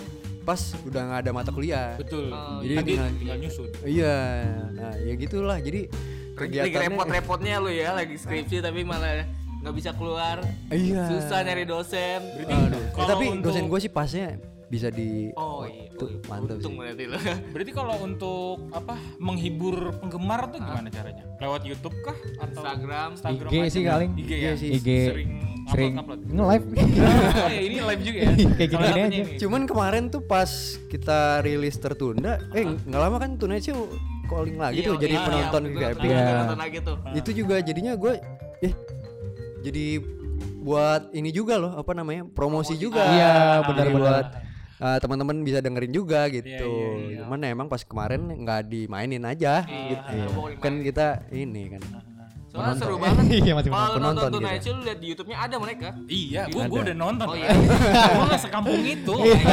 pas udah nggak ada mata kuliah. Betul. Oh, Jadi Jadi tinggal- tinggal nyusun. Iya, nah ya gitulah. Jadi Lagi kegiatannya repot-repotnya lu ya, lagi skripsi tapi malah nggak bisa keluar. Iya. Susah nyari dosen. Aduh. Eh, Kalau tapi untuk- dosen gue sih pasnya bisa di Oh iya, tuh, mantap untung sih. berarti lu. Berarti kalau untuk apa menghibur penggemar tuh gimana caranya? Lewat YouTube kah atau Instagram. Instagram I G aja? sih paling. I G ya. Iya sih. I G Sering sering upload. nge-live. Oh ya ini live juga ya. Kayak Salah gini satunya aja. ini. Cuman kemarin tuh pas kita rilis tertunda, eh nggak lama kan Tonight Show calling lagi tuh Iya, jadi iya, penonton iya, V I P. betul, Iya. penonton lagi tuh. Itu juga jadinya gue, eh jadi buat ini juga loh, apa namanya promosi juga. Iya, Jadi benar-benar. buat uh, teman-teman bisa dengerin juga gitu. Iya, iya, iya. Cuman emang pas kemarin nggak dimainin aja. Iya, gitu. nggak boleh Kan dimainin. kita ini kan. Soalnya Penonton. seru banget. Iya, masih Kalau penonton nonton gitu. Tonight Show lu lihat di YouTube-nya ada mereka. Iya, gua Ada. gua udah nonton. Oh Pak. iya. Gua nggak sekampung itu.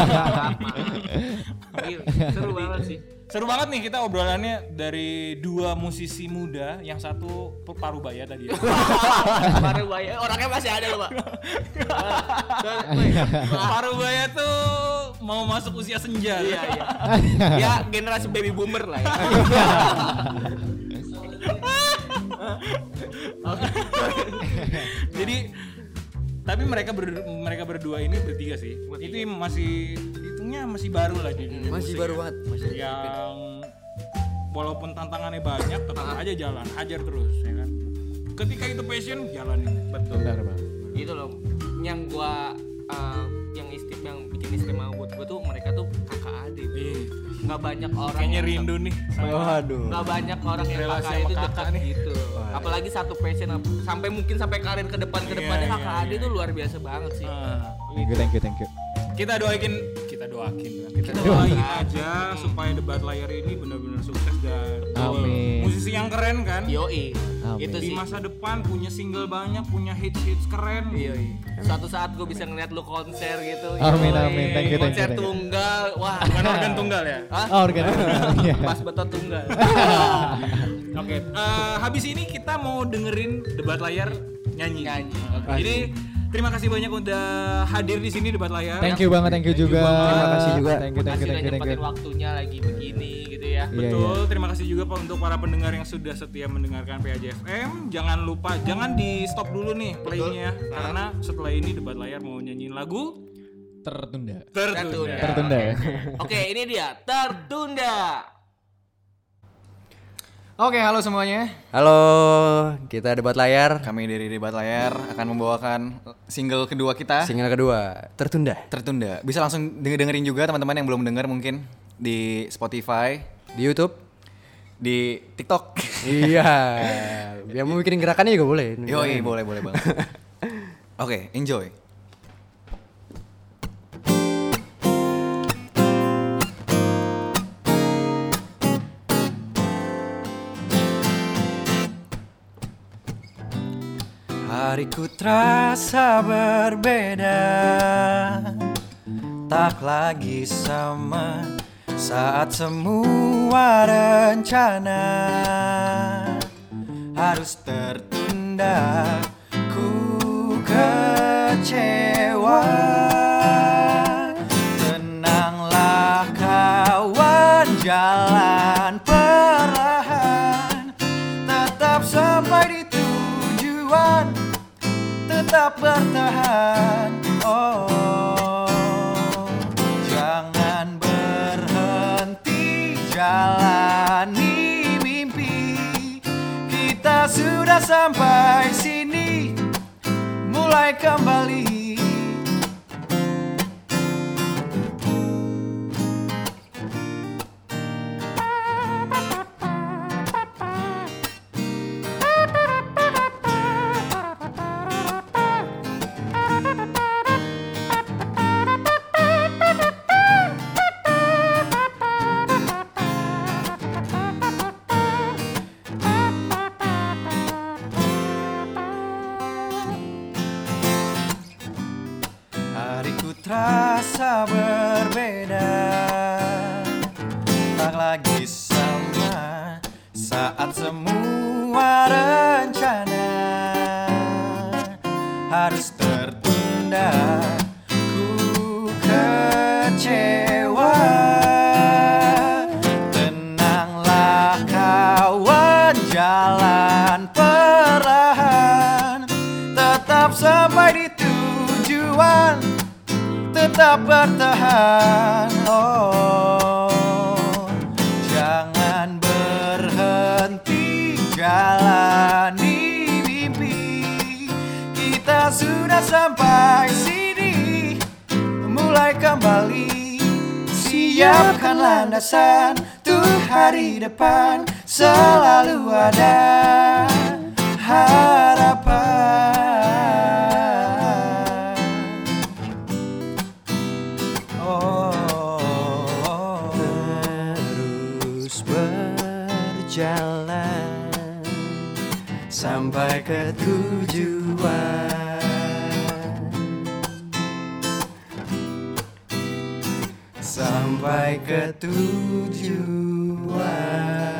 Iya, seru banget sih. Seru banget nih kita obrolannya dari dua musisi muda, yang satu Parubaya tadi. Parubaya orangnya masih ada loh, Pak. Parubaya tuh mau masuk usia senja. Iya, iya. Ya generasi baby boomer lah ya. Jadi tapi mereka ber, mereka berdua ini bertiga sih. Itu masih hitungnya masih baru lah di dunia Masih musik baru ya. banget. Masih Yang walaupun tantangannya banyak tetap aja jalan, hajar terus ya kan. Ketika itu passion jalanin. Betul. Benar banget. Gitu loh. Yang gua uh, yang istip yang bikin istimewa buat gua tuh mereka tuh kakak adik. Nggak banyak orang Kayaknya yang- rindu nih. sama- Waduh. nggak banyak orang yang Relasi kakak sama itu kakak dekat nih. gitu. Apalagi satu passion ap- sampai mungkin sampai karir ke depan ke Iya, depannya iya, kakak iya. adik tuh luar biasa banget sih. Ah, Thank you, thank you, thank you. kita doain kita doakin kita doain aja supaya debat layar ini benar-benar sukses dan Amin. musisi yang keren kan Yoi. Amin. Itu di sih. masa depan punya single banyak, punya hits hits keren. Yoi. Suatu saat gue bisa ngeliat lu konser gitu. Amin, Yoi. amin. Thank you, thank you, Konser thank you. tunggal. Wah, Bukan organ tunggal ya. Hah? Oh, organ. Iya. Pas betot tunggal. Oke, eh, habis ini kita mau dengerin debat layar nyanyi. Nyanyi. Jadi terima kasih banyak udah hadir di sini debat layar. Thank you banget, thank you juga. Terima kasih juga. Thank you, thank you, Masih thank udah you, thank you. nyempetin waktunya lagi begini gitu ya. Iya, Betul, terima kasih juga Pak untuk para pendengar yang sudah setia mendengarkan P A J F M. Jangan lupa, jangan di stop dulu nih playnya, karena setelah ini debat layar mau nyanyiin lagu Tertunda. tertunda. Tertunda ya. Oke, ini dia tertunda. Oke, halo semuanya. Halo, kita debat layar. Kami dari Debat Layar akan membawakan single kedua kita, Single kedua, tertunda Tertunda. Bisa langsung denger dengerin juga teman-teman yang belum denger mungkin di Spotify, di YouTube. di TikTok. Iya. Yang mau bikin gerakannya juga boleh. Yoi, boleh boleh banget. Oke, enjoy. Hariku terasa berbeda, tak lagi sama saat semua rencana harus tertunda. Ku kecewa. Tenanglah kawan, jalan perlahan, tetap sampai di tujuan, tetap bertahan. Oh, jangan berhenti jalani mimpi. Kita sudah sampai sini, mulai kembali. tetap bertahan. Oh, jangan berhenti jalani mimpi. Kita sudah sampai sini, mulai kembali. Siapkan landasan tuh hari depan, selalu ada harapan. Oh, terus berjalan sampai ke tujuan. Sampai ke tujuan.